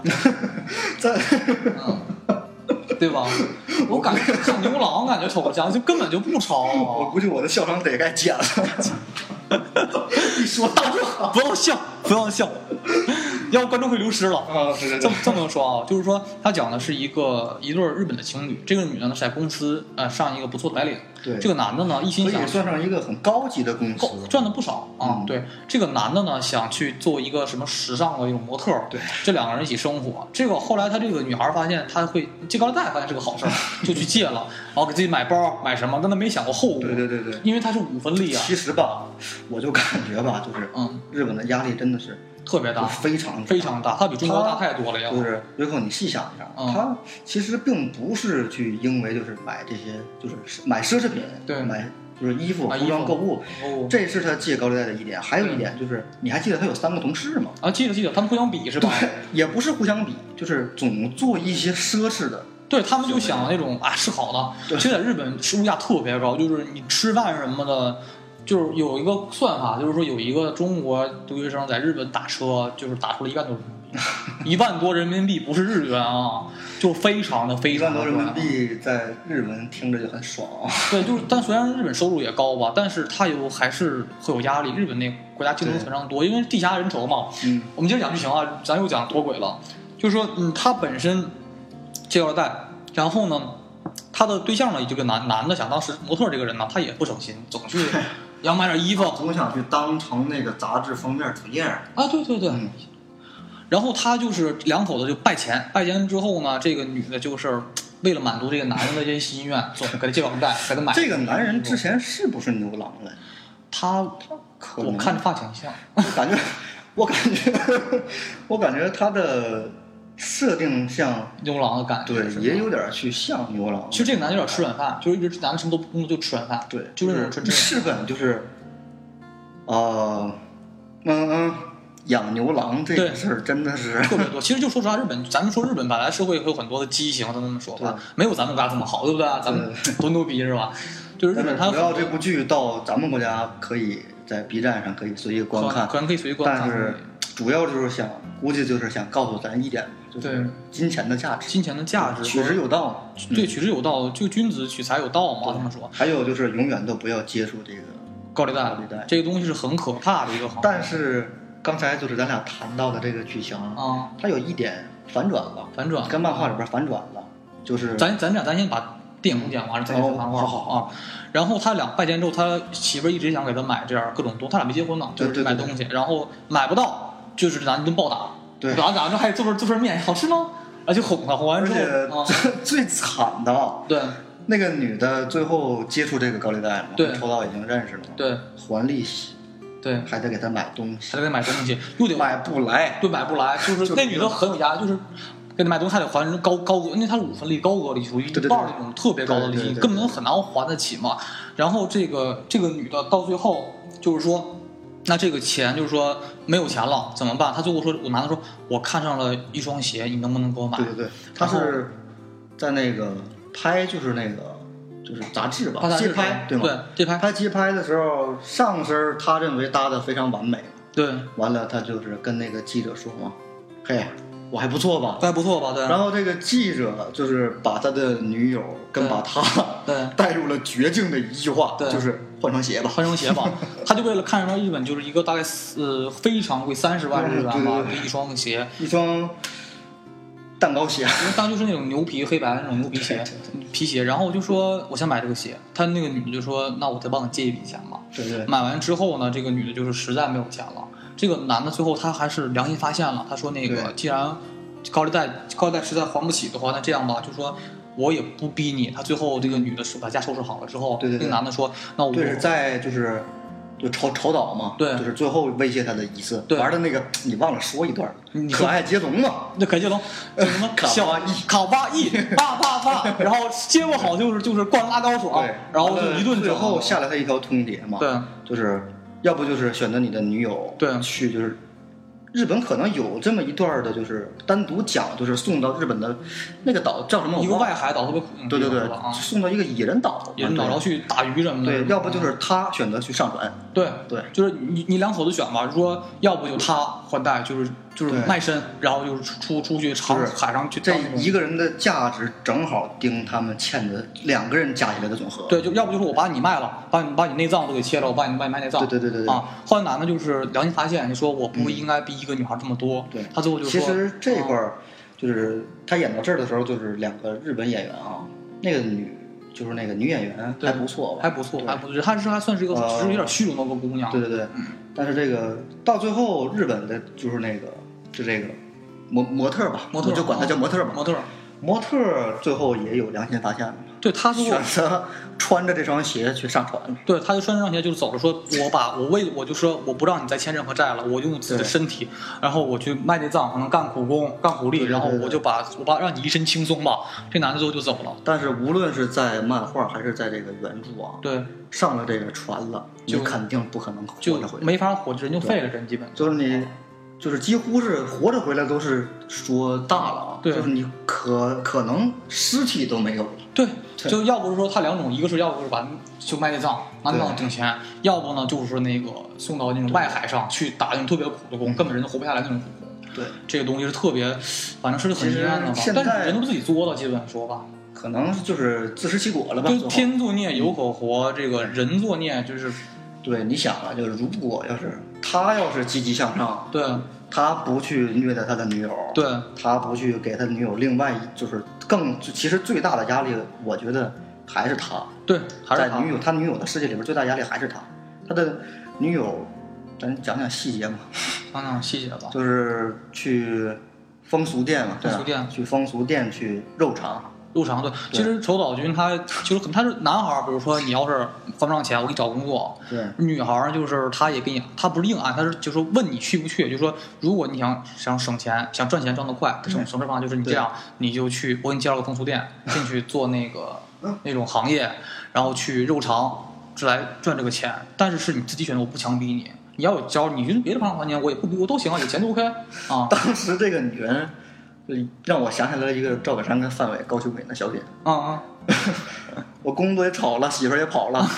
对吧？我感觉看牛郎，感觉瞅个讲就根本就不潮。 我估计我的笑声得该剪了。一说到这， 不要笑，要不观众会流失了。这么说啊，就是说他讲的是一对日本的情侣，这个女的呢是在公司上一个不错的白领， 对， 这个男的呢一心想算上一个很高级的公司， 赚的不少啊。对，这个男的呢想去做一个什么时尚的一种模特， 对， 这两个人一起生活。这个后来他这个女孩发现他会借高利贷，发现是个好事儿，就去借了，然后给自己买包买什么，但他没想过后果。 对， 因为他是5分利啊。 其实吧，我就感觉吧，就是日本的压力真的是特别大， 非常大，它比中国大太多了呀。 就是最后你细想一下，他其实并不是去因为就是买这些，就是买奢侈品， 对， 买就是衣服、服装、购物，这是他借高利贷的一点。还有一点就是，你还记得他有3个同事吗？ 记得，他们互相比是吧？ 对，也不是互相比，就是总做一些奢侈的。 对，他们就想那种是好的。其实在日本物价特别高，就是你吃饭什么的。就是有一个算法，就是说有一个中国留学生在日本打车，就是打出了1万多人民币，1万多人民币不是日元啊，就非常的 1万多人民币在日本听着就很爽。 对，就是但虽然日本收入也高吧，但是它还是会有压力。日本那国家竞争非常多，因为地狭人稠嘛。我们接着讲剧情啊，咱又讲脱轨了，就是说他本身借高利贷，然后呢，他的对象呢，这个男的想当时模特这个人呢，他也不省心，总去。要买点衣服， 总想去当成那个杂志封面主页啊！对，然后他就是2口子就拜钱之后呢，这个女的就是为了满足这个男人的这些心愿，总给他借高利贷，给他买。 这个男人之前是不是牛郎来？ 他可能我看着发挺像， 我感觉他的设定像牛郎的感觉， 对，也有点去像牛郎。 其实这个男的有点吃软饭，就是一直男的什么都不工作就吃软饭， 对， 就是那种日本就是，养牛郎这个事儿真的是特别多。其实就说实话，咱们说日本本来社会有很多的畸形，都那么说吧，没有咱们国家这么好，对不对？咱们多牛逼是吧？就是日本它主要这部剧到咱们国家可以在 B 站上可以随意观看， 可能可以随意观看， 但是主要就是估计就是想告诉咱一点，就是金钱的价值，取之有道。 对，取之有道，就君子取财有道嘛，这么说。 还有就是永远都不要接触这个高利贷，这个东西是很可怕的一个行业。 但是刚才就是咱俩谈到的这个剧情它有一点反转了，跟漫画里边反转了，就是咱先把电影讲完了，再说漫画。好啊。然后他俩拜见之后，他媳妇儿一直想给他买这样各种东西，他俩没结婚呢，就是买东西，然后买不到，就是拿一顿暴打。 对， 打着还做份面，好吃吗？就哄他，哄完之后， 最惨的， 对， 那个女的最后接触这个高利贷嘛， 对， 抽到已经认识了嘛， 对， 还利息， 对， 还得给他买东西， 又得买不来， 对，买不来，就是那女的很有压力，就是给你买东西还得还高额，因为她是5分利高额利息，属于1半那种特别高的利息，根本很难还得起嘛。然后这个女的到最后就是说。那这个钱就是说没有钱了怎么办？他最后说，我男的说，我看上了一双鞋，你能不能给我买？ 对，他是在那个拍，就是杂志吧，街拍对吗？ 对， 街拍的时候，上身他认为搭的非常完美， 对， 完了他就是跟那个记者说嘛，嘿。我还不错吧？ 对。 然后这个记者就是把他的女友跟把他带入了绝境的一句话，就是换双鞋吧。 他就为了看上日本就是一个大概非常贵30万日元吧，一双鞋， 一双蛋糕鞋， 因为当就是那种牛皮黑白那种牛皮鞋，皮鞋。然后我就说我想买这个鞋，他那个女的就说那我再帮你借一笔钱吧。 对。 买完之后呢，这个女的就是实在没有钱了。这个男的最后他还是良心发现了，他说那个既然高利贷实在还不起的话，那这样吧，就说我也不逼你。他最后这个女的把家收拾好了之后， 对， 那个男的说，那我对在就潮岛嘛， 对， 就是最后威胁他的一次， 对， 玩的那个你忘了说一段， 你可爱接龙嘛， 那可爱接龙，什么卡哇伊，啪，然后接不好就是灌辣椒水，然后就一顿最后下来他一条通牒嘛， 对， 就是要不就是选择你的女友， 对， 去就是。日本可能有这么一段的，就是单独讲，就是送到日本的那个岛叫什么？ 一个外海岛特别苦。 对，送到一个野人岛， 然后去打鱼什么的。 对，要不就是他选择去上船。 对，就是你两口子选吧。说要不就他换代，就是卖身，然后就是出去海上去。 这一个人的价值正好盯他们欠的2个人加起来的总和。 对，就要不就是我把你卖了，把你内脏都给切了，我把你卖内脏。 对啊，后来男的就是良心发现，你说我不应该逼一个女孩这么多。 对， 他最后就说， 其实这一块就是他演到这儿的时候，就是2个日本演员啊，那个女演员还不错吧？ 还不错。她还算是一个只是有点虚荣的个姑娘。 对，但是这个到最后日本的就是这个模特吧，我就管他叫模特吧。模特最后也有良心发现了， 对，他选择穿着这双鞋去上船了。 对，他就穿着这双鞋就走了，说我就说我不让你再欠任何债了，我用自己的身体，然后我去卖内脏，可能干苦工干苦力，然后我让你一身轻松吧。这男的最后就走了。 但是无论是在漫画还是在这个原著啊， 对， 上了这个船了，就肯定不可能活着回来， 没法活，人就废了，人基本就是你。就是几乎是活着回来都是说大了啊， 对， 就是你可能尸体都没有了。 对，就要不是说他2种，一个是要不就是就卖内脏拿内脏挣钱，要不呢就是说那个送到那种外海上去打那种特别苦的工，根本人都活不下来那种苦工。 对， 这个东西是特别，反正是很阴暗的吧。但是人都自己作的，基本说吧， 可能就是自食其果了吧。 就天作孽犹可活，这个人作孽就是。 对，你想啊，就是如果他要是积极向上， 对， 他不去虐待他的女友， 对， 他不去给他女友另外就是其实最大的压力，我觉得还是他。 对，还是他。 在他女友的世界里边，最大压力还是他的女友。咱讲讲细节嘛， 讲讲细节吧， 就是去风俗店嘛，去风俗店去肉偿。 对，其实丑岛君他是男孩，比如说你要是还不上钱，我给你找工作。 对， 女孩就是他也给你，他不是硬按，他是就是问你去不去，就是说如果你想省钱，想赚钱赚得快，省事方法就是你这样，你就去，我给你介绍个风俗店，进去做那种行业，然后去肉偿，来赚这个钱。但是你自己选择，我不强逼你。你要有教，你就是别的环境我也不逼，我都行啊，有钱就 OK 啊。 当时这个女人。让我想起来了一个赵本山跟范伟、高秀敏的小品。我工作也炒了，媳妇儿也跑了。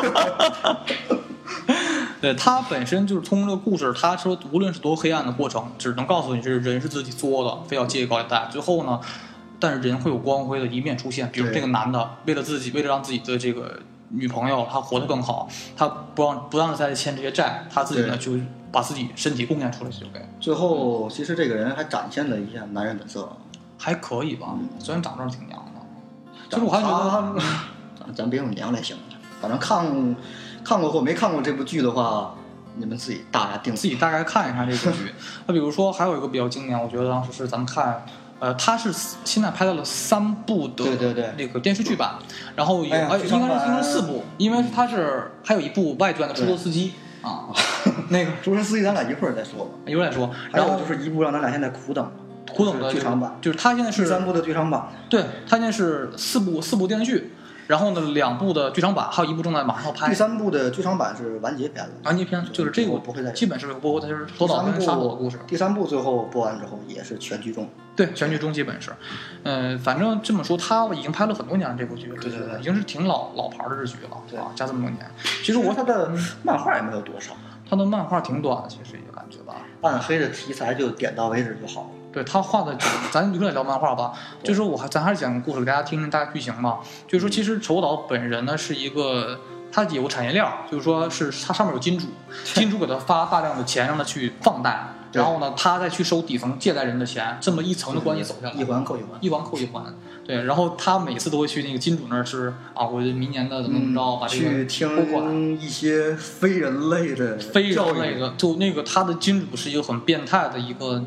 对，他本身就是通过这个故事，他说无论是多黑暗的过程，只能告诉你这人是自己作的，非要借高利贷。最后呢，但是人会有光辉的一面出现，比如这个男的为了让自己的这个女朋友他活得更好，他不让他再欠这些债，他自己呢就把自己身体贡献出来就给。 最后其实这个人还展现了一下男人本色， 还可以吧，虽然长得挺娘的。其实我还觉得咱别用娘来形容，反正看过或没看过这部剧的话，你们自己大概看一下这部剧。那比如说还有一个比较经典，我觉得当时是咱们看。他是现在拍到了3部的那个电视剧版，然后应该是4部，因为他是还有一部外传的《出租司机》啊，那个出租司机咱俩一会儿再说吧， 一会儿再说。 然后就是一部让咱俩现在苦等的剧场版， 就是他现在是第3部的剧场版， 对他现在是4部电视剧。然后呢，2部的剧场版，还有1部正在马上拍。 第3部的剧场版是完结篇了。 完结篇就是这个， 我不会再基本是播，它是头岛跟沙口的故事。 第3部最后播完之后也是全剧终。 对，全剧终基本是，反正这么说，他已经拍了很多年了这部剧， 对， 已经是挺老牌的日剧了， 对啊，加这么多年。其实他的漫画也没有多少， 他的漫画挺短的，其实也感觉吧。 暗黑的题材就点到为止就好了。 对他画的，咱有点聊漫画吧。就是咱还是讲个故事给大家听听大概剧情吧。就是说，其实丑岛本人呢是一个，他有个产业链，就是说是他上面有金主，金主给他发大量的钱让他去放贷，然后呢他再去收底层借贷人的钱，这么一层的关系走下来， 一环扣一环。 对，然后他每次都会去那个金主那儿是啊，我明年的怎么着把这个去听一些非人类的， 就那个他的金主是一个很变态的一个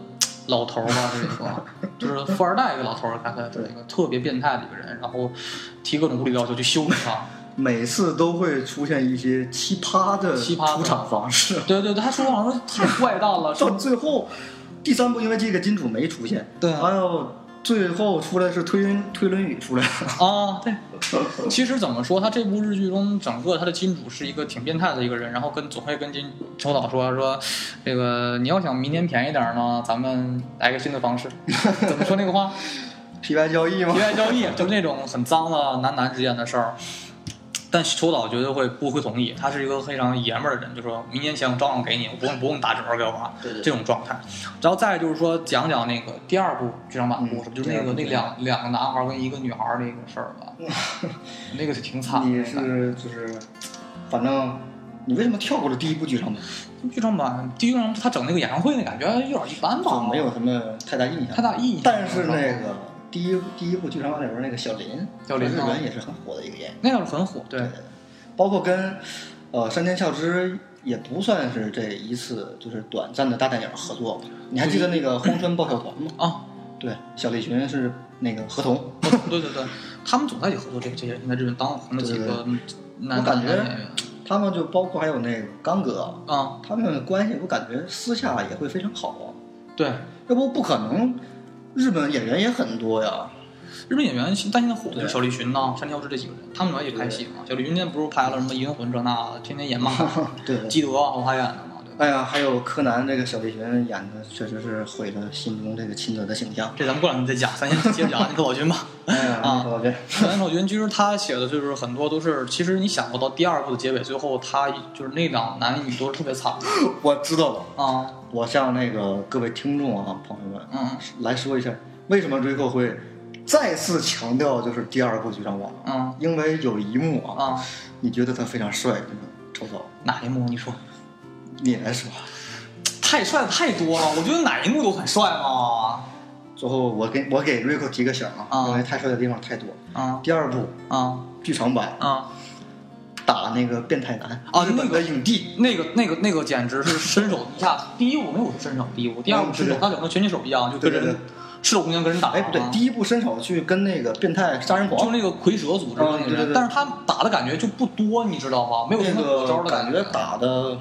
老头吧，这个就是富二代一个老头，看他是一个特别变态的一个人，然后提各种无理要求去羞辱他。 每次都会出现一些奇葩的出场方式。 对对对，他出场方式太怪诞了。 到最后，第3部因为这个金主没出现， 对， 还有最后出来是推轮椅出来了啊。对，其实怎么说，他这部日剧中整个他的金主是一个挺变态的一个人，然后总会跟抽岛说，这个你要想明年便宜点呢，咱们来个新的方式。怎么说那个话？ 皮外交易吗？ 皮外交易，就是那种很脏的男之间的事儿。但抽岛绝对不会同意，他是一个非常爷们儿的人，就说明年前我照样给你，我不用打折给我啊， 对这种状态。然后再就是说讲那个第2部剧场版故事，就是那两个男孩跟一个女孩那个事儿吧，那个是挺惨的。 你是反正你为什么跳过了第1部剧场版？ 剧场版他整那个演唱会那感觉有点一般吧， 没有什么太大印象。但是那个第一部剧场版里边那个小林日本也是很火的一个演员， 那个是很火，对， 包括跟山田孝之也不算是这一次就是短暂的大电影合作吧？你还记得那个荒川爆笑团吗？ 啊， 对，小栗旬是那个合同， 对，他们总在一起合作这些在日本当红的几个男演员。 他们就包括还有那个刚哥啊， 他们的关系我感觉私下也会非常好啊。 对， 要不可能。日本演员也很多呀， 日本演员但现在火的就是小栗旬呐、山田孝之这几个人，他们一起拍戏嘛。小栗旬今天不是拍了什么《银魂》这那的，天天演嘛， 对， 基德和他演的嘛。 哎呀，还有柯南这个小栗旬演的，确实是毁了心中这个亲德的形象。 这咱们过两天再讲，咱先接着讲安妮可宝君吧。 安妮可宝君， 安妮可宝君其实他写的就是很多都是，其实你想不到第2部的结尾，最后他就是那两男女都是特别惨的。 我知道了啊， 我向那个各位听众啊朋友们，来说一下，为什么瑞克会再次强调就是第2部剧场版？因为有一幕啊，你觉得他非常帅，这个抽草。 哪一幕？你说。 你来说， 太帅的太多了，我觉得哪一幕都很帅嘛。 最后我给瑞克提个醒啊，因为太帅的地方太多啊。 第2部剧场版打那个变态男日本的影帝， 那个简直是身手一下。第1部没有是身手，第1部，第2部身手，他整个拳击手一样，就跟人赤手空拳跟人打。 哎，不对，第1部伸手去跟那个变态杀人狂， 就是那个蝰蛇组织的那个人，但是他打的感觉就不多，你知道吗？没有什么过招的感觉，打的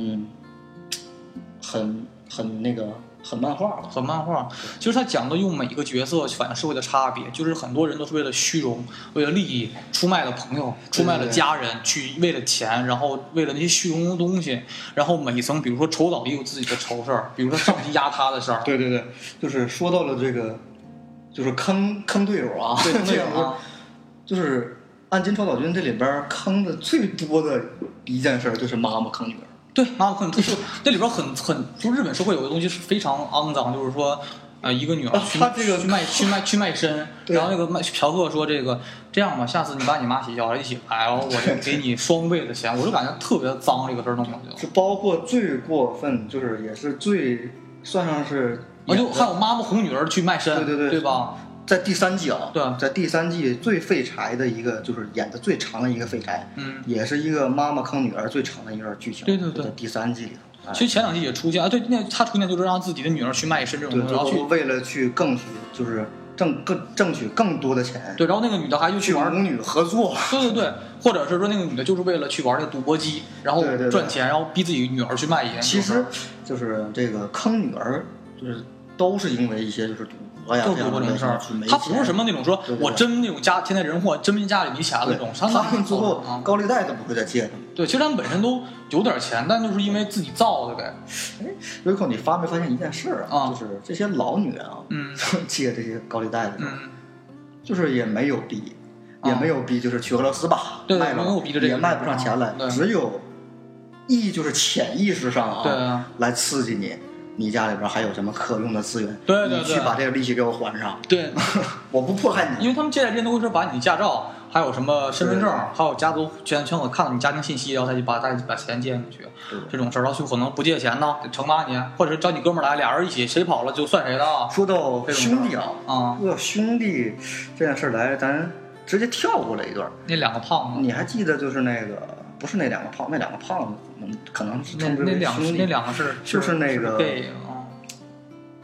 很漫画吧， 很漫画。其实他讲的用每一个角色反映社会的差别，就是很多人都是为了虚荣、为了利益，出卖了朋友，出卖了家人，去为了钱，然后为了那些虚荣的东西，然后每一层，比如说丑岛也有自己的仇事儿，比如说上级压他的事儿。 对，就是说到了这个，就是坑队友啊， 对，坑队友啊， 就是岸金抽岛君这里边坑的最多的一件事就是妈妈坑女儿。 对，妈妈坑女儿，就是这里边很，就日本社会有个东西是非常肮脏，就是说，一个女儿她这个去卖身，然后那个嫖客说这样吧，下次你把你妈洗脚一起来，然后我就给你双倍的钱，我就感觉特别脏，这个事儿弄的就。 是包括最过分，就是也是最算上是， 就还有妈妈哄女儿去卖身，对吧？ 在第3季啊， 对， 在第3季最废柴的一个，就是演的最长的一个废柴，也是一个妈妈坑女儿最长的一段剧情。 对， 在第3季里头， 其实前2季也出现啊，对，那他出现就是让自己的女儿去卖身这种东西，然后为了去就是挣取更多的钱， 对，然后那个女的还去玩母女合作， 对，或者是说那个女的就是为了去玩那个赌博机，然后赚钱，然后逼自己女儿去卖淫。 其实就是这个坑女儿，就是都是因为一些就是赌博呀这样的事儿， 他不是什么那种说我真那种天灾人祸，真家里没钱的那种， 他们最后高利贷都不会再借他们。 对，其实他们本身都有点钱，但就是因为自己造的呗。 瑞克，你发没发现一件事啊？就是这些老女人啊，借这些高利贷的时候，就是也没有逼，就是去俄罗斯吧，卖了也卖不上钱来，只有就是潜意识上啊，来刺激你家里边还有什么可用的资源？ 对， 你去把这个利息给我还上。 对， 我不迫害你， 因为他们借贷之前都会说把你驾照，还有什么身份证，还有家族全我看到你家庭信息，然后再把钱借进去。这种事儿，然后就可能不借钱呢，惩罚你，或者是找你哥们儿来，俩人一起，谁跑了就算谁的。 说到兄弟说到兄弟这件事来，咱直接跳过来一段。 那2个胖子， 你还记得就是那个？不是那2个胖子，可能是那2个是就是那个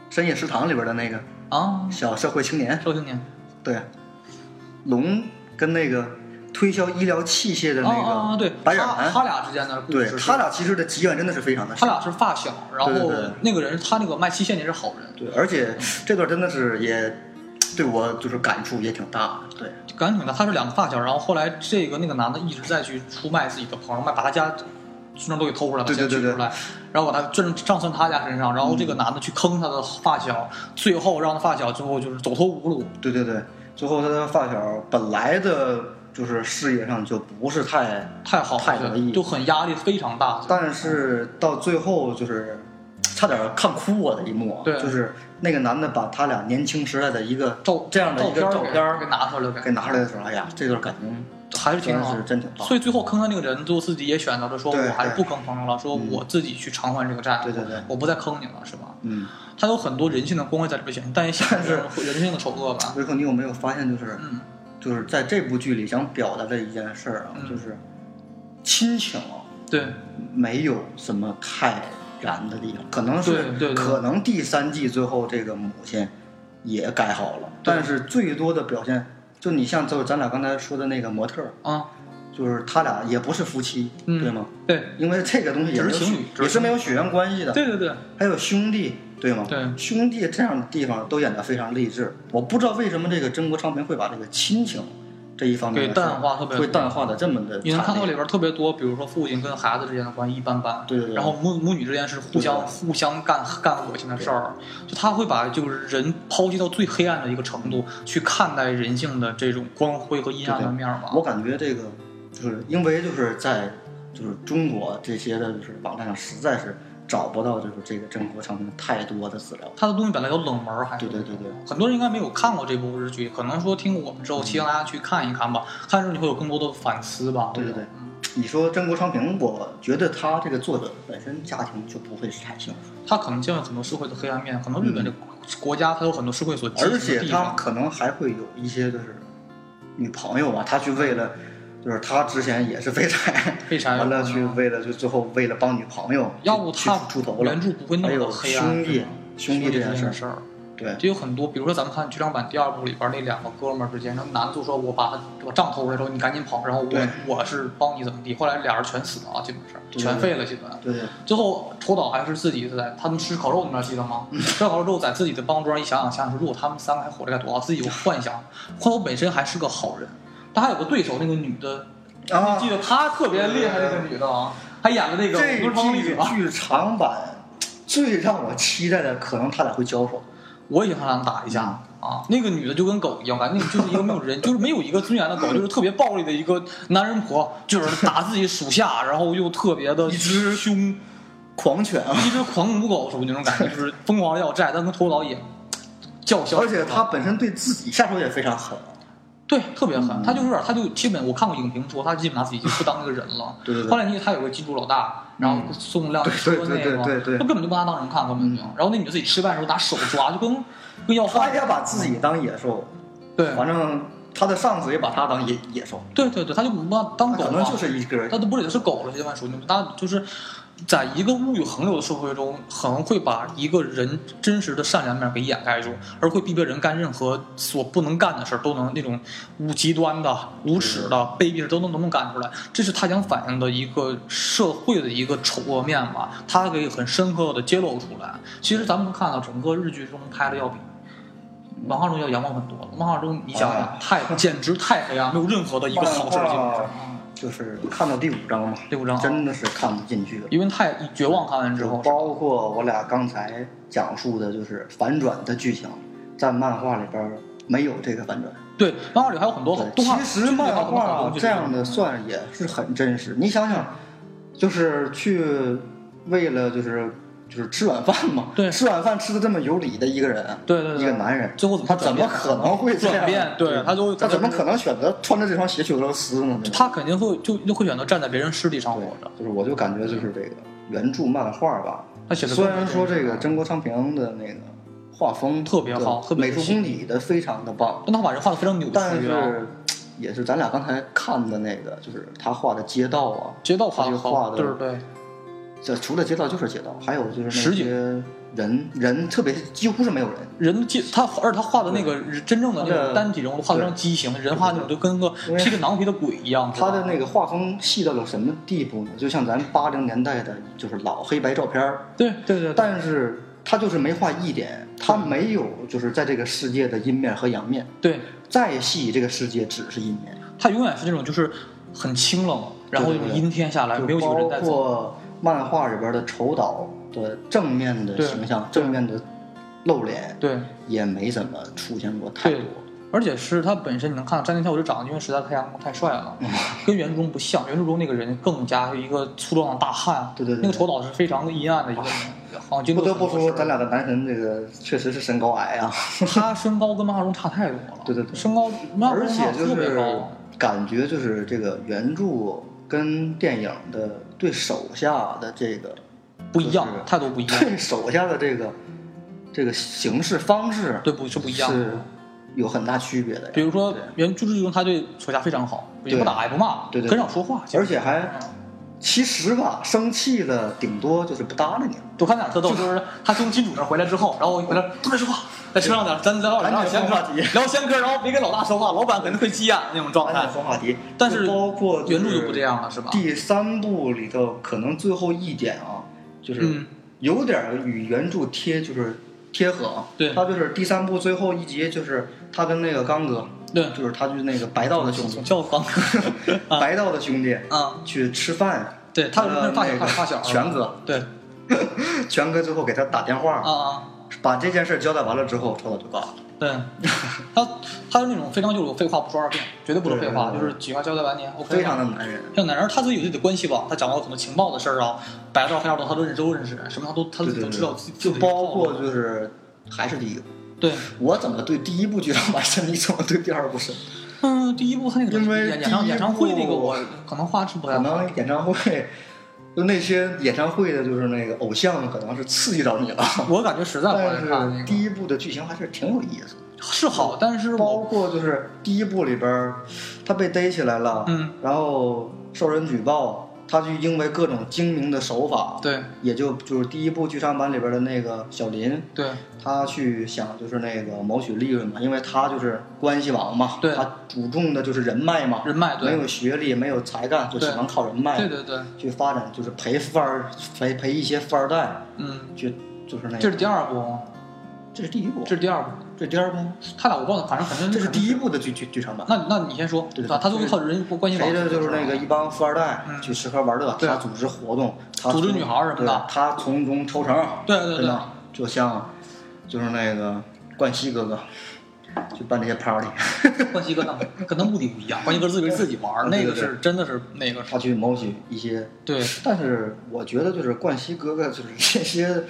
深夜食堂里边的那个小社会青年，对，龙跟那个推销医疗器械的那个对白眼男， 他俩之间的故事， 对他俩其实的机缘真的是非常的， 他俩是发小，然后那个人他那个卖器械也是好人， 对，而且这段真的是也对我就是感触也挺大的，对， 感触挺大。他是两个发小，然后后来那个男的一直在去出卖自己的朋友，把他家身上都给偷出来了，先取出来，然后把他账算他家身上，然后这个男的去坑他的发小，最后让他发小最后就是走投无路。 对，最后他的发小本来的就是事业上就不是太好， 太得意， 就很压力非常大。 但是到最后就是差点看哭我的一幕， 对， 就是那个男的把他俩年轻时代的一个这样的一个照片给拿出来的时候，哎呀，这段感情还是挺好， 是真挺棒。 所以最后坑他那个人，最后自己也选择了说，我还是不坑朋友了，说我自己去偿还这个债， 对， 我不再坑你了，是吧？ 他有很多人性的光辉在这边显现，但也显示人性的丑恶吧。 所以说你有没有发现，就是在这部剧里想表达的一件事啊，就是亲情对， 没有什么太燃的地方，可能是可能第3季最后这个母亲也改好了，但是最多的表现。就你像咱俩刚才说的那个模特就是他俩也不是夫妻，对吗？ 对， 因为这个东西也是没有血缘关系的。 对， 还有兄弟，对吗？ 对， 兄弟这样的地方都演得非常励志。我不知道为什么这个真国昌平会把这个亲情这一方面给淡化， 会淡化的这么的。 你能看到里边特别多，比如说父亲跟孩子之间的关系一般般， 对， 然后母女之间是互相干恶心的事儿，就他会把就是人抛弃到最黑暗的一个程度去看待人性的这种光辉和阴暗的面吧。 我感觉这个就是因为就是在就是中国这些的就是网站上实在是找不到就是这个真国昌平太多的资料， 他的东西本来有冷门，还对， 很多人应该没有看过这部日剧，可能说听过我们之后，希望大家去看一看吧，看之后你会有更多的反思吧。 对，你说真国昌平，我觉得他这个作者本身家庭就不会是太幸福， 他可能见了很多社会的黑暗面，可能日本这个国家他有很多社会所而且他可能还会有一些就是女朋友啊，他去为了。就是他之前也是废柴，完了去为了就最后为了帮女朋友， 要不他出头了。 原著不会那么的黑暗。兄弟这件事儿， 对， 就有很多，比如说咱们看剧场版第2部里边那2个哥们儿之间，那男的就说我把账偷出来之后，你赶紧跑，然后我是帮你怎么地，后来俩人全死了，基本上全废了，基本。 对。 最后丑岛还是自己在他们吃烤肉那边记得吗？吃烤肉之后在自己的办公桌上一想说，如果他们3个还活着该多好，自己有幻想，后头本身还是个好人。他还有个对手，那个女的，你记得她特别厉害，那个女的还演了那个这剧场版最让我期待的，可能他俩会交手。 我也想让他们打一下那个女的就跟狗一样，感觉就是一个没有人，就是没有一个尊严的狗，就是特别暴力的一个男人婆，就是打自己属下，然后又特别的一只凶狂犬一只狂母狗属于那种感觉，就是疯狂要债，但跟头脑也叫嚣， 而且他本身对自己下手也非常狠。 对，特别狠，他就基本我看过影评说，他基本拿自己就不当那个人了。 对。 后来他有个金主老大，然后送辆车那个，他根本就不拿当人看，根本就。然后那女的自己吃饭的时候拿手抓，就跟要饭。 他也把自己当野兽。 对。 反正他的上司也把他当野兽。 对，他就不当狗， 可能就是一个人。 他都不是狗了，这般属于他就是。在一个物欲横流的社会中，可能会把一个人真实的善良面给掩盖住，而会逼迫人干任何所不能干的事，都能那种极端的、无耻的、卑鄙的都能干出来。这是他想反映的一个社会的一个丑恶面吧，他可以很深刻的揭露出来。其实咱们能看到整个日剧中拍的要比漫画中要阳光很多了。漫画中你想想，简直太黑暗，没有任何的一个好事基本上。 就是看到第5章嘛， 第5章真的是看不进去了， 因为太绝望。看完之后， 包括我俩刚才讲述的，就是反转的剧情，在漫画里边没有这个反转。 对，漫画里还有很多动画。 其实漫画这样的算也是很真实。你想想，就是去为了就是吃晚饭嘛， 对， 吃晚饭吃的这么有理的一个人， 对， 一个男人， 最后他怎么可能会转变？对，他怎么可能选择穿着这双鞋去俄罗斯呢？ 他肯定会选择站在别人势力上活着。 就是我就感觉就是这个原著漫画吧， 他写的虽然说这个真国昌平的那个画风特别好， 美术功底的非常的棒， 但他把人画的非常扭曲。 但是也是咱俩刚才看的那个，就是他画的街道啊， 街道画的对。 这除了街道就是街道，还有就是那些人特别几乎是没有人。 而且他画的那个真正的那种单体人物画的像畸形，人画那种就跟个披个囊皮的鬼一样。 他的那个画风细到了什么地步呢？就像咱80年代的，就是老黑白照片。 对。 但是他就是没画一点，他没有就是在这个世界的阴面和阳面。 对， 再细这个世界只是阴面。 他永远是那种就是很清冷，然后阴天下来，没有几个人在走。 包括漫画里边的丑岛的正面的形象，正面的露脸， 对， 也没怎么出现过太多。 而且是他本身，你能看到山田孝之长得因为实在太阳光太帅了，跟原著中不像。原著中那个人更加一个粗壮的大汉， 对， 那个丑岛是非常阴暗的一个人。好像不得不说，咱俩的男神这个确实是身高矮啊。 他身高跟漫画中差太多了。 对， 身高而且就是感觉就是这个原著跟电影的对手下的这个不一样，态度不一样。 对手下的这个行事方式， 对，是不一样的， 是有很大区别的。 比如说原著中他对手下非常好，也不打也不骂， 对， 很少说话， 而且还其实吧，生气了顶多就是不搭理你。 多看点特逗，就是他从金主那回来之后，然后我回来都别说话，在车上点，咱聊闲嗑，聊闲嗑，然后别跟老大说话，老板肯定会急眼那种状态。 说话题， 但是包括原著就不这样了，是吧？ 第3部里头可能最后一点啊，就是有点与原著贴合。 对， 他就是第3部最后一集，就是他跟那个刚哥， 对， 就是他就是那个白道的兄弟， 叫刚哥， 白道的兄弟去吃饭。 对，他是发小全哥， 对， 全哥最后给他打电话把这件事交代完了之后，抽到就挂了。 对，他是那种非常有废话不说2遍，绝对不说废话，就是几句话交代完你 OK。 非常的男人， 像男人，他自己有自己的关系网，他掌握很多情报的事儿啊，白道黑道他都认识，什么他自己都知道。 就包括就是还是第一个。 对， 我怎么对第1部剧场版深，你怎么对第2部深？ 第1部他那个因为演唱会那个我可能画质不太好， 可能演唱会。就那些演唱会的，就是那个偶像，可能是刺激到你了。 我感觉实在不爱看。 但是第1部的剧情还是挺有意思的， 是好，但是包括就是第1部里边，他被逮起来了，然后受人举报，他就因为各种精明的手法， 对， 也就是第1部剧场版里边的那个小林， 对， 他去想就是那个谋取利润嘛，因为他就是关系网嘛， 对， 他注重的就是人脉嘛， 对， 没有学历，没有才干，就只能靠人脉， 对， 去发展，就是陪一些富二代，就是那个。 这是第2部， 这是第1部， 这是第2部， 这是第2部。 他俩我忘了，反正肯定这是第1部的剧场版。 那你先说，对吧？他作为靠人关系网， 陪的就是那个一帮富二代去吃喝玩乐，他组织活动，他组织女孩什么的， 他从中抽成， 对， 就像就是那个冠希哥哥。去办那些 party， 冠希哥跟他目的不一样，冠希哥自己玩，那个是真的是那个他去谋取一些对， 但是我觉得就是冠希哥哥就是这些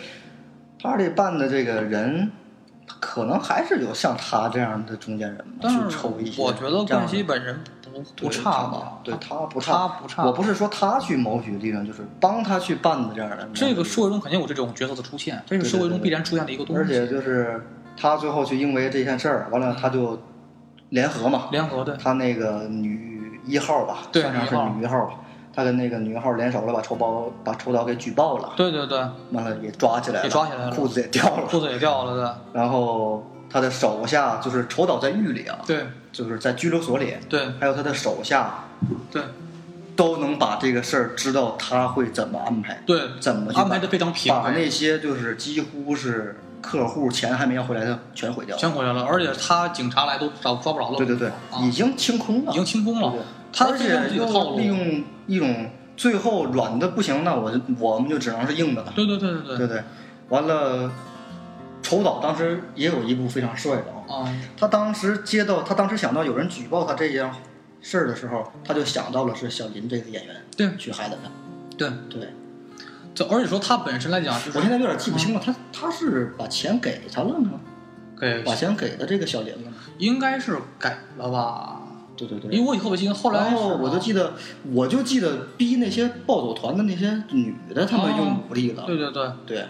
party 办的这个人，可能还是有像他这样的中间人去抽一些。 我觉得冠希本人不差吧， 对他不差。我不是说他去谋取利润，就是帮他去办的这样的人。 这个社会中肯定有这种角色的出现，这是社会中必然出现的一个东西。 而且就是他最后就因为这件事儿，完了他就联合嘛， 对， 他那个女1号吧， 对， 算上是女1号吧，他跟那个女1号联手了，把丑岛给举报了， 对， 完了也抓起来了，裤子也掉了， 对。 然后他的手下就是丑岛在狱里啊， 对， 就是在拘留所里， 对， 还有他的手下， 对， 都能把这个事儿知道他会怎么安排， 对， 怎么去安排的非常平， 把那些就是几乎是客户钱还没要回来的全毁掉了，而且他警察来都抓不着了。 对，已经清空了，而且又利用一种最后软的不行，那我们就只能是硬的了。对，完了，丑岛当时也有一部非常帅的他当时想到有人举报他这件事儿的时候，他就想到了是小林这个演员， 对， 去害了他。对。 而且说他本身来讲，就是我现在有点记不清了，他是把钱给他了吗？把钱给的这个小林了吗？ 应该是给了吧。 对， 因为我以后记得后来， 然后我就记得逼那些暴走团的那些女的，他们用武力了。 对，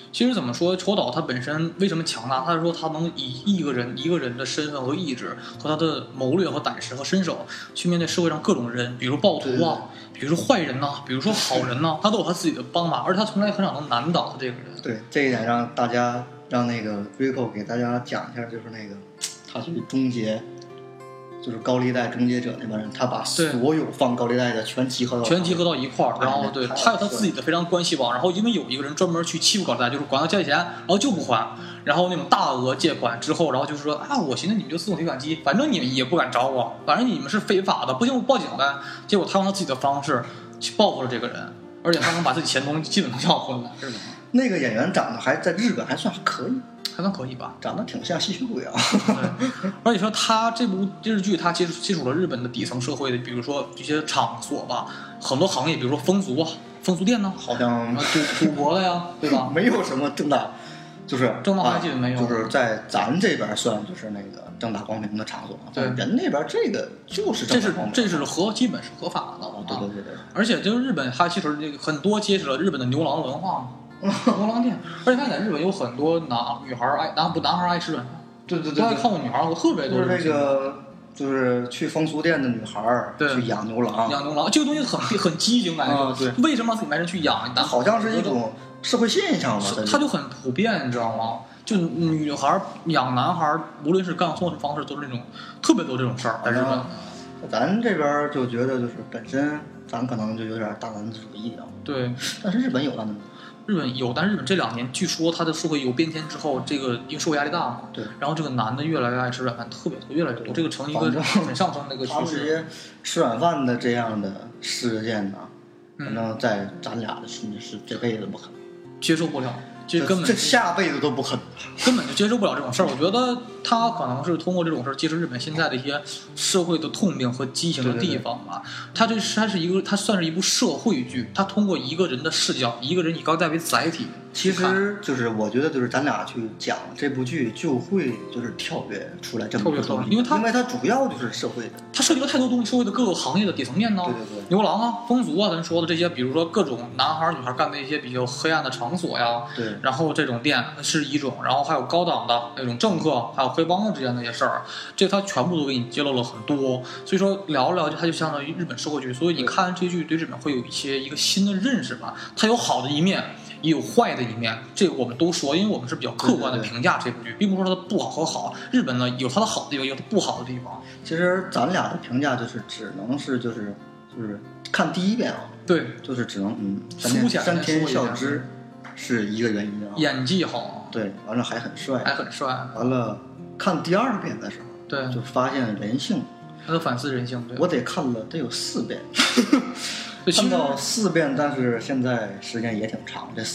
其实怎么说，丑岛他本身为什么强大？他是说他能以一个人的身份和意志，和他的谋略和胆识和身手，去面对社会上各种人，比如暴徒啊，比如说坏人呐，比如说好人呐，他都有他自己的帮法，而且他从来很少能难倒他这个人。 对，这一点让那个 Rico 给大家讲一下，就是那个他去终结。就是高利贷终结者那帮人，他把所有放高利贷的全集合到一块儿， 然后对，他有他自己的非常关系网，然后因为有一个人专门去欺负高利贷，就是管他借钱，然后就不还，然后那种大额借款之后，然后就是说啊，我寻思你们就自动提款机，反正你们也不敢找我，反正你们是非法的，不行我报警呗。结果他用他自己的方式去报复了这个人，而且他能把自己钱东西基本上要回来，是吗？ 那个演员长得还在日本还算可以。 还算可以吧， 长得挺像吸血鬼啊。 而且说他这部电视剧，他接触了日本的底层社会的，比如说一些场所吧，很多行业，比如说风俗啊、风俗店呢， 好像赌博的呀，对吧？ 没有什么正大，就是正大光明没有， 就是在咱这边算就是那个正大光明的场所。 对， 人那边这个就是正大光明， 这是基本是合法的。 对。 而且就是日本，它其实这个很多揭示了日本的牛郎文化嘛。牛郎店，而且发现在日本有很多女孩爱吃软饭， 对， 都爱看过女孩，我特别多。 就是那个，就是去风俗店的女孩去养牛郎， 这个东西很畸形，感觉。 对， 为什么自己没人去养？ 好像是一种社会现象吧？ 它就很普遍，你知道吗？就女孩养男孩，无论是干什么方式，都是那种特别多这种事儿。在日本， 咱这边就觉得就是本身咱可能就有点大男子主义啊。 对， 但是日本有大男子。 日本有，但日本这2年据说他的社会有变迁之后，这个因为社会压力大嘛， 对， 然后这个男的越来越爱吃软饭，特别多，越来越多，这个成一个很上升的一个趋势。 他们这些吃软饭的这样的事件呢，反正在咱俩的心里是这辈子不可能接受不了。这下辈子都不可能， 根本就接受不了这种事儿。我觉得他可能是通过这种事儿揭示日本现在的一些社会的痛病和畸形的地方吧。它算是一部社会剧，它通过一个人的视角，一个人以高利贷为载体。 其实就是我觉得就是咱俩去讲这部剧就会就是跳跃出来这么多东西，因为它主要就是社会的， 它涉及了太多东西，社会的各个行业的底层面呢， 对， 牛郎啊、风俗啊，咱说的这些，比如说各种男孩女孩干的一些比较黑暗的场所呀， 对， 然后这种店是一种，然后还有高档的那种政客，还有黑帮之间的一些事儿，这它全部都给你揭露了很多。所以说聊聊它就相当于日本社会剧，所以你看这剧对日本会有一个新的认识吧。它有好的一面，也有坏的一面，这个我们都说，因为我们是比较客观的评价这部剧，并不是说它不好和好。日本呢有它的好的地方，也有它不好的地方。 其实咱俩的评价就是只能是就是看第一遍啊， 对， 就是只能山田孝之是一个原因啊， 演技好， 对，完了还很帅，完了看第2遍的时候， 对， 就发现人性， 他的反思人性，对， 我得看了得有4遍。看到4遍，但是现在时间也挺长，这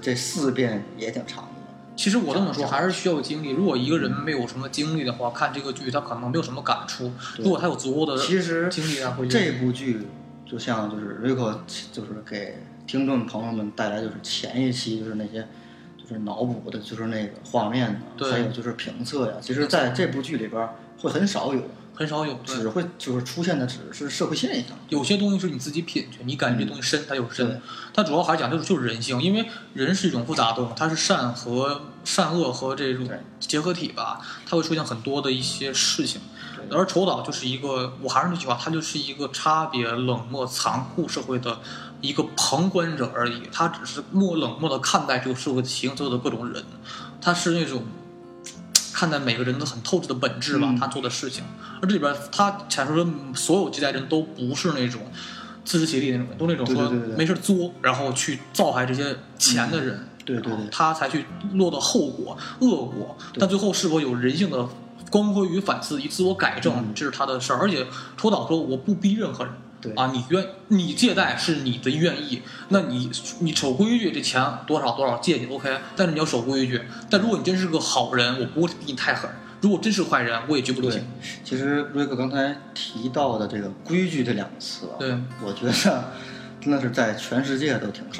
4遍也挺长的。 其实我这么说还是需要经历。如果一个人没有什么经历的话，看这个剧他可能没有什么感触。如果他有足够的经历，会这部剧就像就是 Rico 就是给听众朋友们带来就是前一期就是那些就是脑补的就是那个画面的，还有就是评测呀。其实在这部剧里边会很少有，只会就是出现的只是社会现象。 有些东西是你自己品去，你感觉这东西深，它就深。它主要还是讲就是人性，因为人是一种复杂动物，它是善恶和这种结合体吧，它会出现很多的一些事情。而丑岛就是一个，我还是那句话，它就是一个差别冷漠残酷社会的一个旁观者而已，他只是冷漠的看待这个社会形成的各种人，他是那种看待每个人的很透彻的本质吧，他做的事情。而这里边他阐述的所有几代人都不是那种自食其力那种人，都那种说没事作，然后去造害这些钱的人， 对， 他才去落得后果恶果。但最后是否有人性的光辉与反思与自我改正，这是他的事儿。而且丑岛说我不逼任何人。 对啊，你借贷是你的愿意，那你守规矩，这钱多少借你 OK， 但是你要守规矩。但如果你真是个好人，我不会逼你太狠；如果真是坏人，我也绝不领情。 其实瑞克刚才提到的这个规矩这2个词啊， 对， 我觉得真的是在全世界都挺受用的。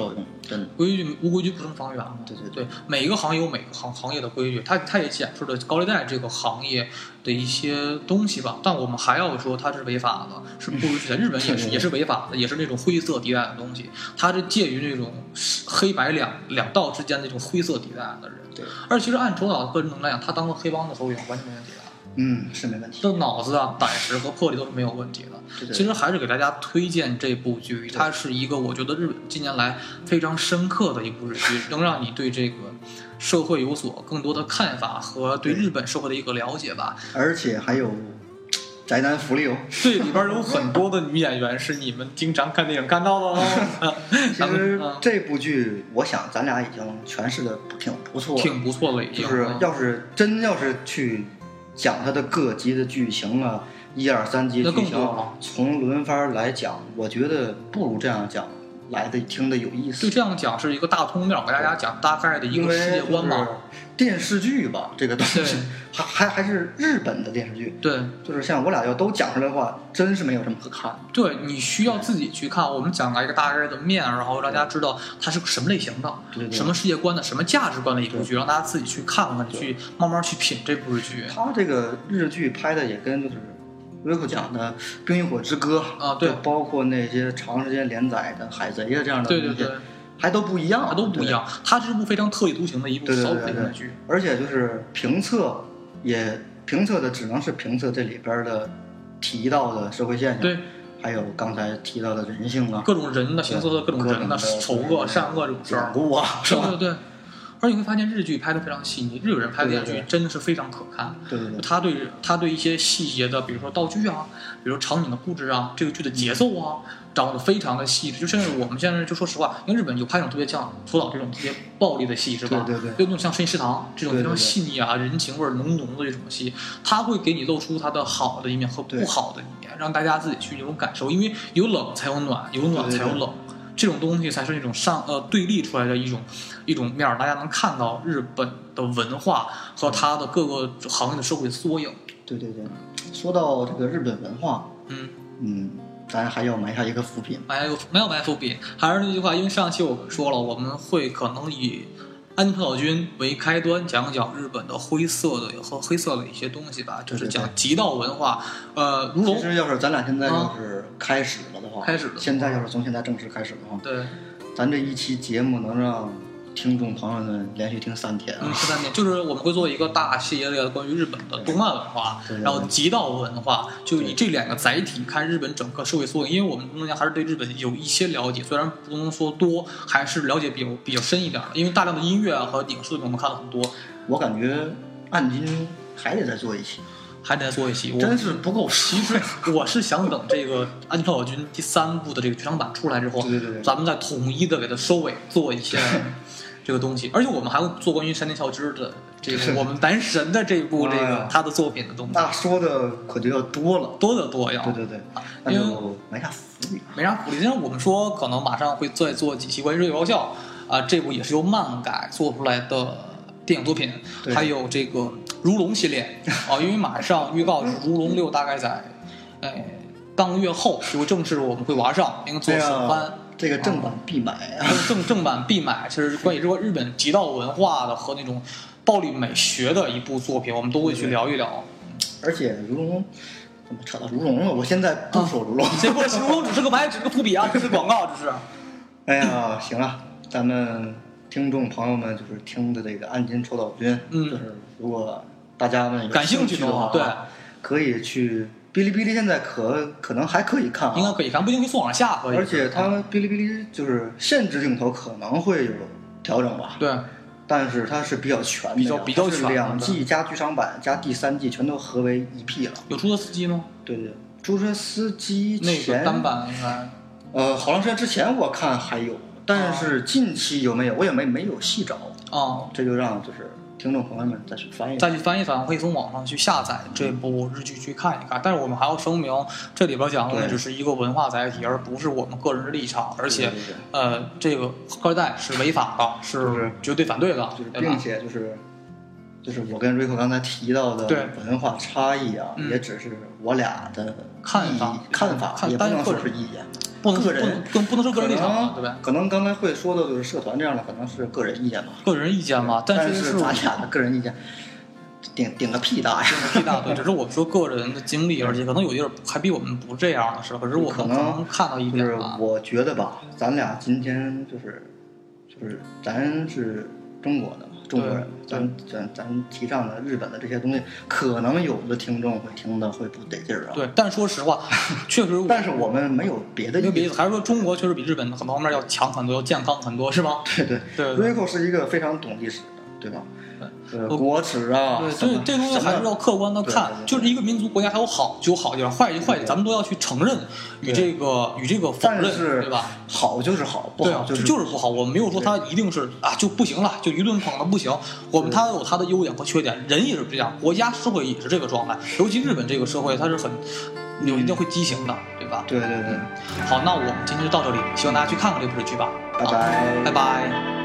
规矩无规矩不成方圆嘛。 对， 每一个行业有每个行业的规矩，它也讲述了高利贷这个行业的一些东西吧。但我们还要说它是违法的，是不允许的。日本也是违法的，也是那种灰色地带的东西。它是介于那种黑白两道之间的那种灰色地带的人。 对， 而其实按周导个人能来讲，他当过黑帮的首领完全没问题的。 是没问题。 的脑子啊、胆识和魄力都是没有问题的。 对， 其实还是给大家推荐这部剧，它是一个我觉得日本近年来非常深刻的一部日剧，能让你对这个社会有所更多的看法和对日本社会的一个了解吧。 而且还有宅男福利哦。 对，里边有很多的女演员是你们经常看电影看到的哦。 其实这部剧，我想咱俩已经诠释的挺不错了，已经。 就是要是去讲它的各集的剧情啊，1、2、3集剧情，从轮番来讲，我觉得不如这样讲来的听的有意思。 对，这样讲是一个大通面，给大家讲大概的一个世界观吧。 电视剧吧，这个东西还是日本的电视剧。 对， 就是像我俩要都讲出来的话，真是没有什么可看。 对，你需要自己去看。我们讲了一个大概的面，然后让大家知道它是个什么类型的，什么世界观的，什么价值观的一部剧，让大家自己去看看，去慢慢去品这部日剧。 它这个日剧拍的也跟就是瑞克讲的《冰与火之歌》 啊，对， 包括那些长时间连载的《海贼》啊这样的， 对， 还都不一样， 它是一部非常特立独行的一部小品的剧， 而且就是评测的只能是评测这里边的提到的社会现象， 对， 还有刚才提到的人性啊， 各种人的形色的各种人的丑恶善恶这种事儿，对。而你会发现日剧拍得非常细腻，日本人拍的电视剧真的是非常可看。 对， 他对一些细节的，比如说道具啊，比如场景的布置啊，这个剧的节奏啊，掌握的非常的细致。就甚至我们现在就说实话，因为日本有拍那种特别像土岛这种特别暴力的戏，是吧？ 对， 有那种像深夜食堂这种非常细腻啊，人情味浓浓的这种戏，他会给你露出他的好的一面和不好的一面，让大家自己去有种感受。因为有冷才有暖，有暖才有冷。这种东西才是那种对立出来的一种面，大家能看到日本的文化和它的各个行业的社会缩影。 对，说到这个日本文化，咱还要埋下一个伏笔。 没有埋伏笔，还是那句话，因为上期我们说了，我们会可能以安藤岛君为开端，讲讲日本的灰色的和黑色的一些东西吧，就是讲极道文化。如龙， 其实要是咱俩现在要是开始了的话，现在要是从现在正式开始的话， 对， 咱这一期节目能让听众朋友们连续听3天啊 ！3天，就是我们会做一个大系列的关于日本的动漫文化，然后极道文化，就以这2个载体看日本整个社会缩影。因为我们中间还是对日本有一些了解，虽然不能说多，还是了解比较深一点的。因为大量的音乐啊和影视我们看了很多。 我感觉暗金还得再做一期。 真是不够。其实我是想等这个安藤岛君第3部的这个剧场版出来之后， 对， 咱们再统一的给它收尾，做一些这个东西。而且我们还会做关于山田孝之的这个我们男神的这部这个他的作品的东西。 那说的可就要多了， 多得多呀。 对，那就没啥福利。 今天我们说可能马上会再做几期关于《热血高校》啊，这部也是由漫改做出来的电影作品，还有这个如龙系列啊，因为马上预告是如龙6大概在半个月后就会正式我们会玩上，应该做首番。 这个正版必买啊！ 正版必买，其实关于这个日本极道文化的和那种暴力美学的一部作品，我们都会去聊一聊。 而且如龙怎么扯到如龙了？我现在不说如龙， 结果如龙只是个牌，只是个伏笔啊，这是广告，这是。 哎呀，行了，咱们听众朋友们就是听的这个暗金抽岛君，就是如果大家们感兴趣的话， 对， 可以去哔哩哔哩，现在可能还可以看， 应该可以看，不一定会送往下。 而且它哔哩哔哩就是限制镜头可能会有调整吧， 对， 但是它是比较全的， 比较全 ，2季加剧场版加第3季全都合为一批了。 有出租车司机吗？ 对，出租车司机那个单版应该， 好长时间之前我看还有，但是近期有没有我也没有细找啊， 这就让就是听众朋友们再去翻一翻，可以从网上去下载这部日剧去看一看。但是我们还要声明，这里边讲的只是一个文化载体，而不是我们个人的立场。而且，这个高利贷是违法的，是绝对反对的， 并且就是我跟瑞克刚才提到的文化差异啊，也只是我俩的看法，也不能说是意见。 不能说个人立场，对吧？ 可能刚才会说的就是社团这样的，可能是个人意见吧。 个人意见嘛， 但是咱俩的个人意见，顶个屁大呀！ 顶个屁大，对，只是我们说个人的经历，而且可能有些人还比我们不这样的是，可是我们可能看到一点吧。我觉得吧，咱俩今天就是咱是中国的。中国人，咱提倡的日本的这些东西，可能有的听众会听的会不得劲儿啊。 对，但说实话，确实， 但是我们没有别的意思， 还是说中国确实比日本很多方面要强很多，要健康很多，是吗？ 对。Rico 是一个非常懂历史的，对吧？国耻啊， 对，所以这东西还是要客观的看，就是一个民族国家它有好就有好地方，坏就坏地，咱们都要去承认与这个否认，对吧？ 好就是好，不好就是不好。我们没有说它一定是就不行了，就一顿捧的不行。我们它有它的优点和缺点，人也是这样，国家社会也是这个状态。尤其日本这个社会，它是很有一定会畸形的，对吧？ 对。 好，那我们今天就到这里，希望大家去看看这部日剧吧。 拜拜。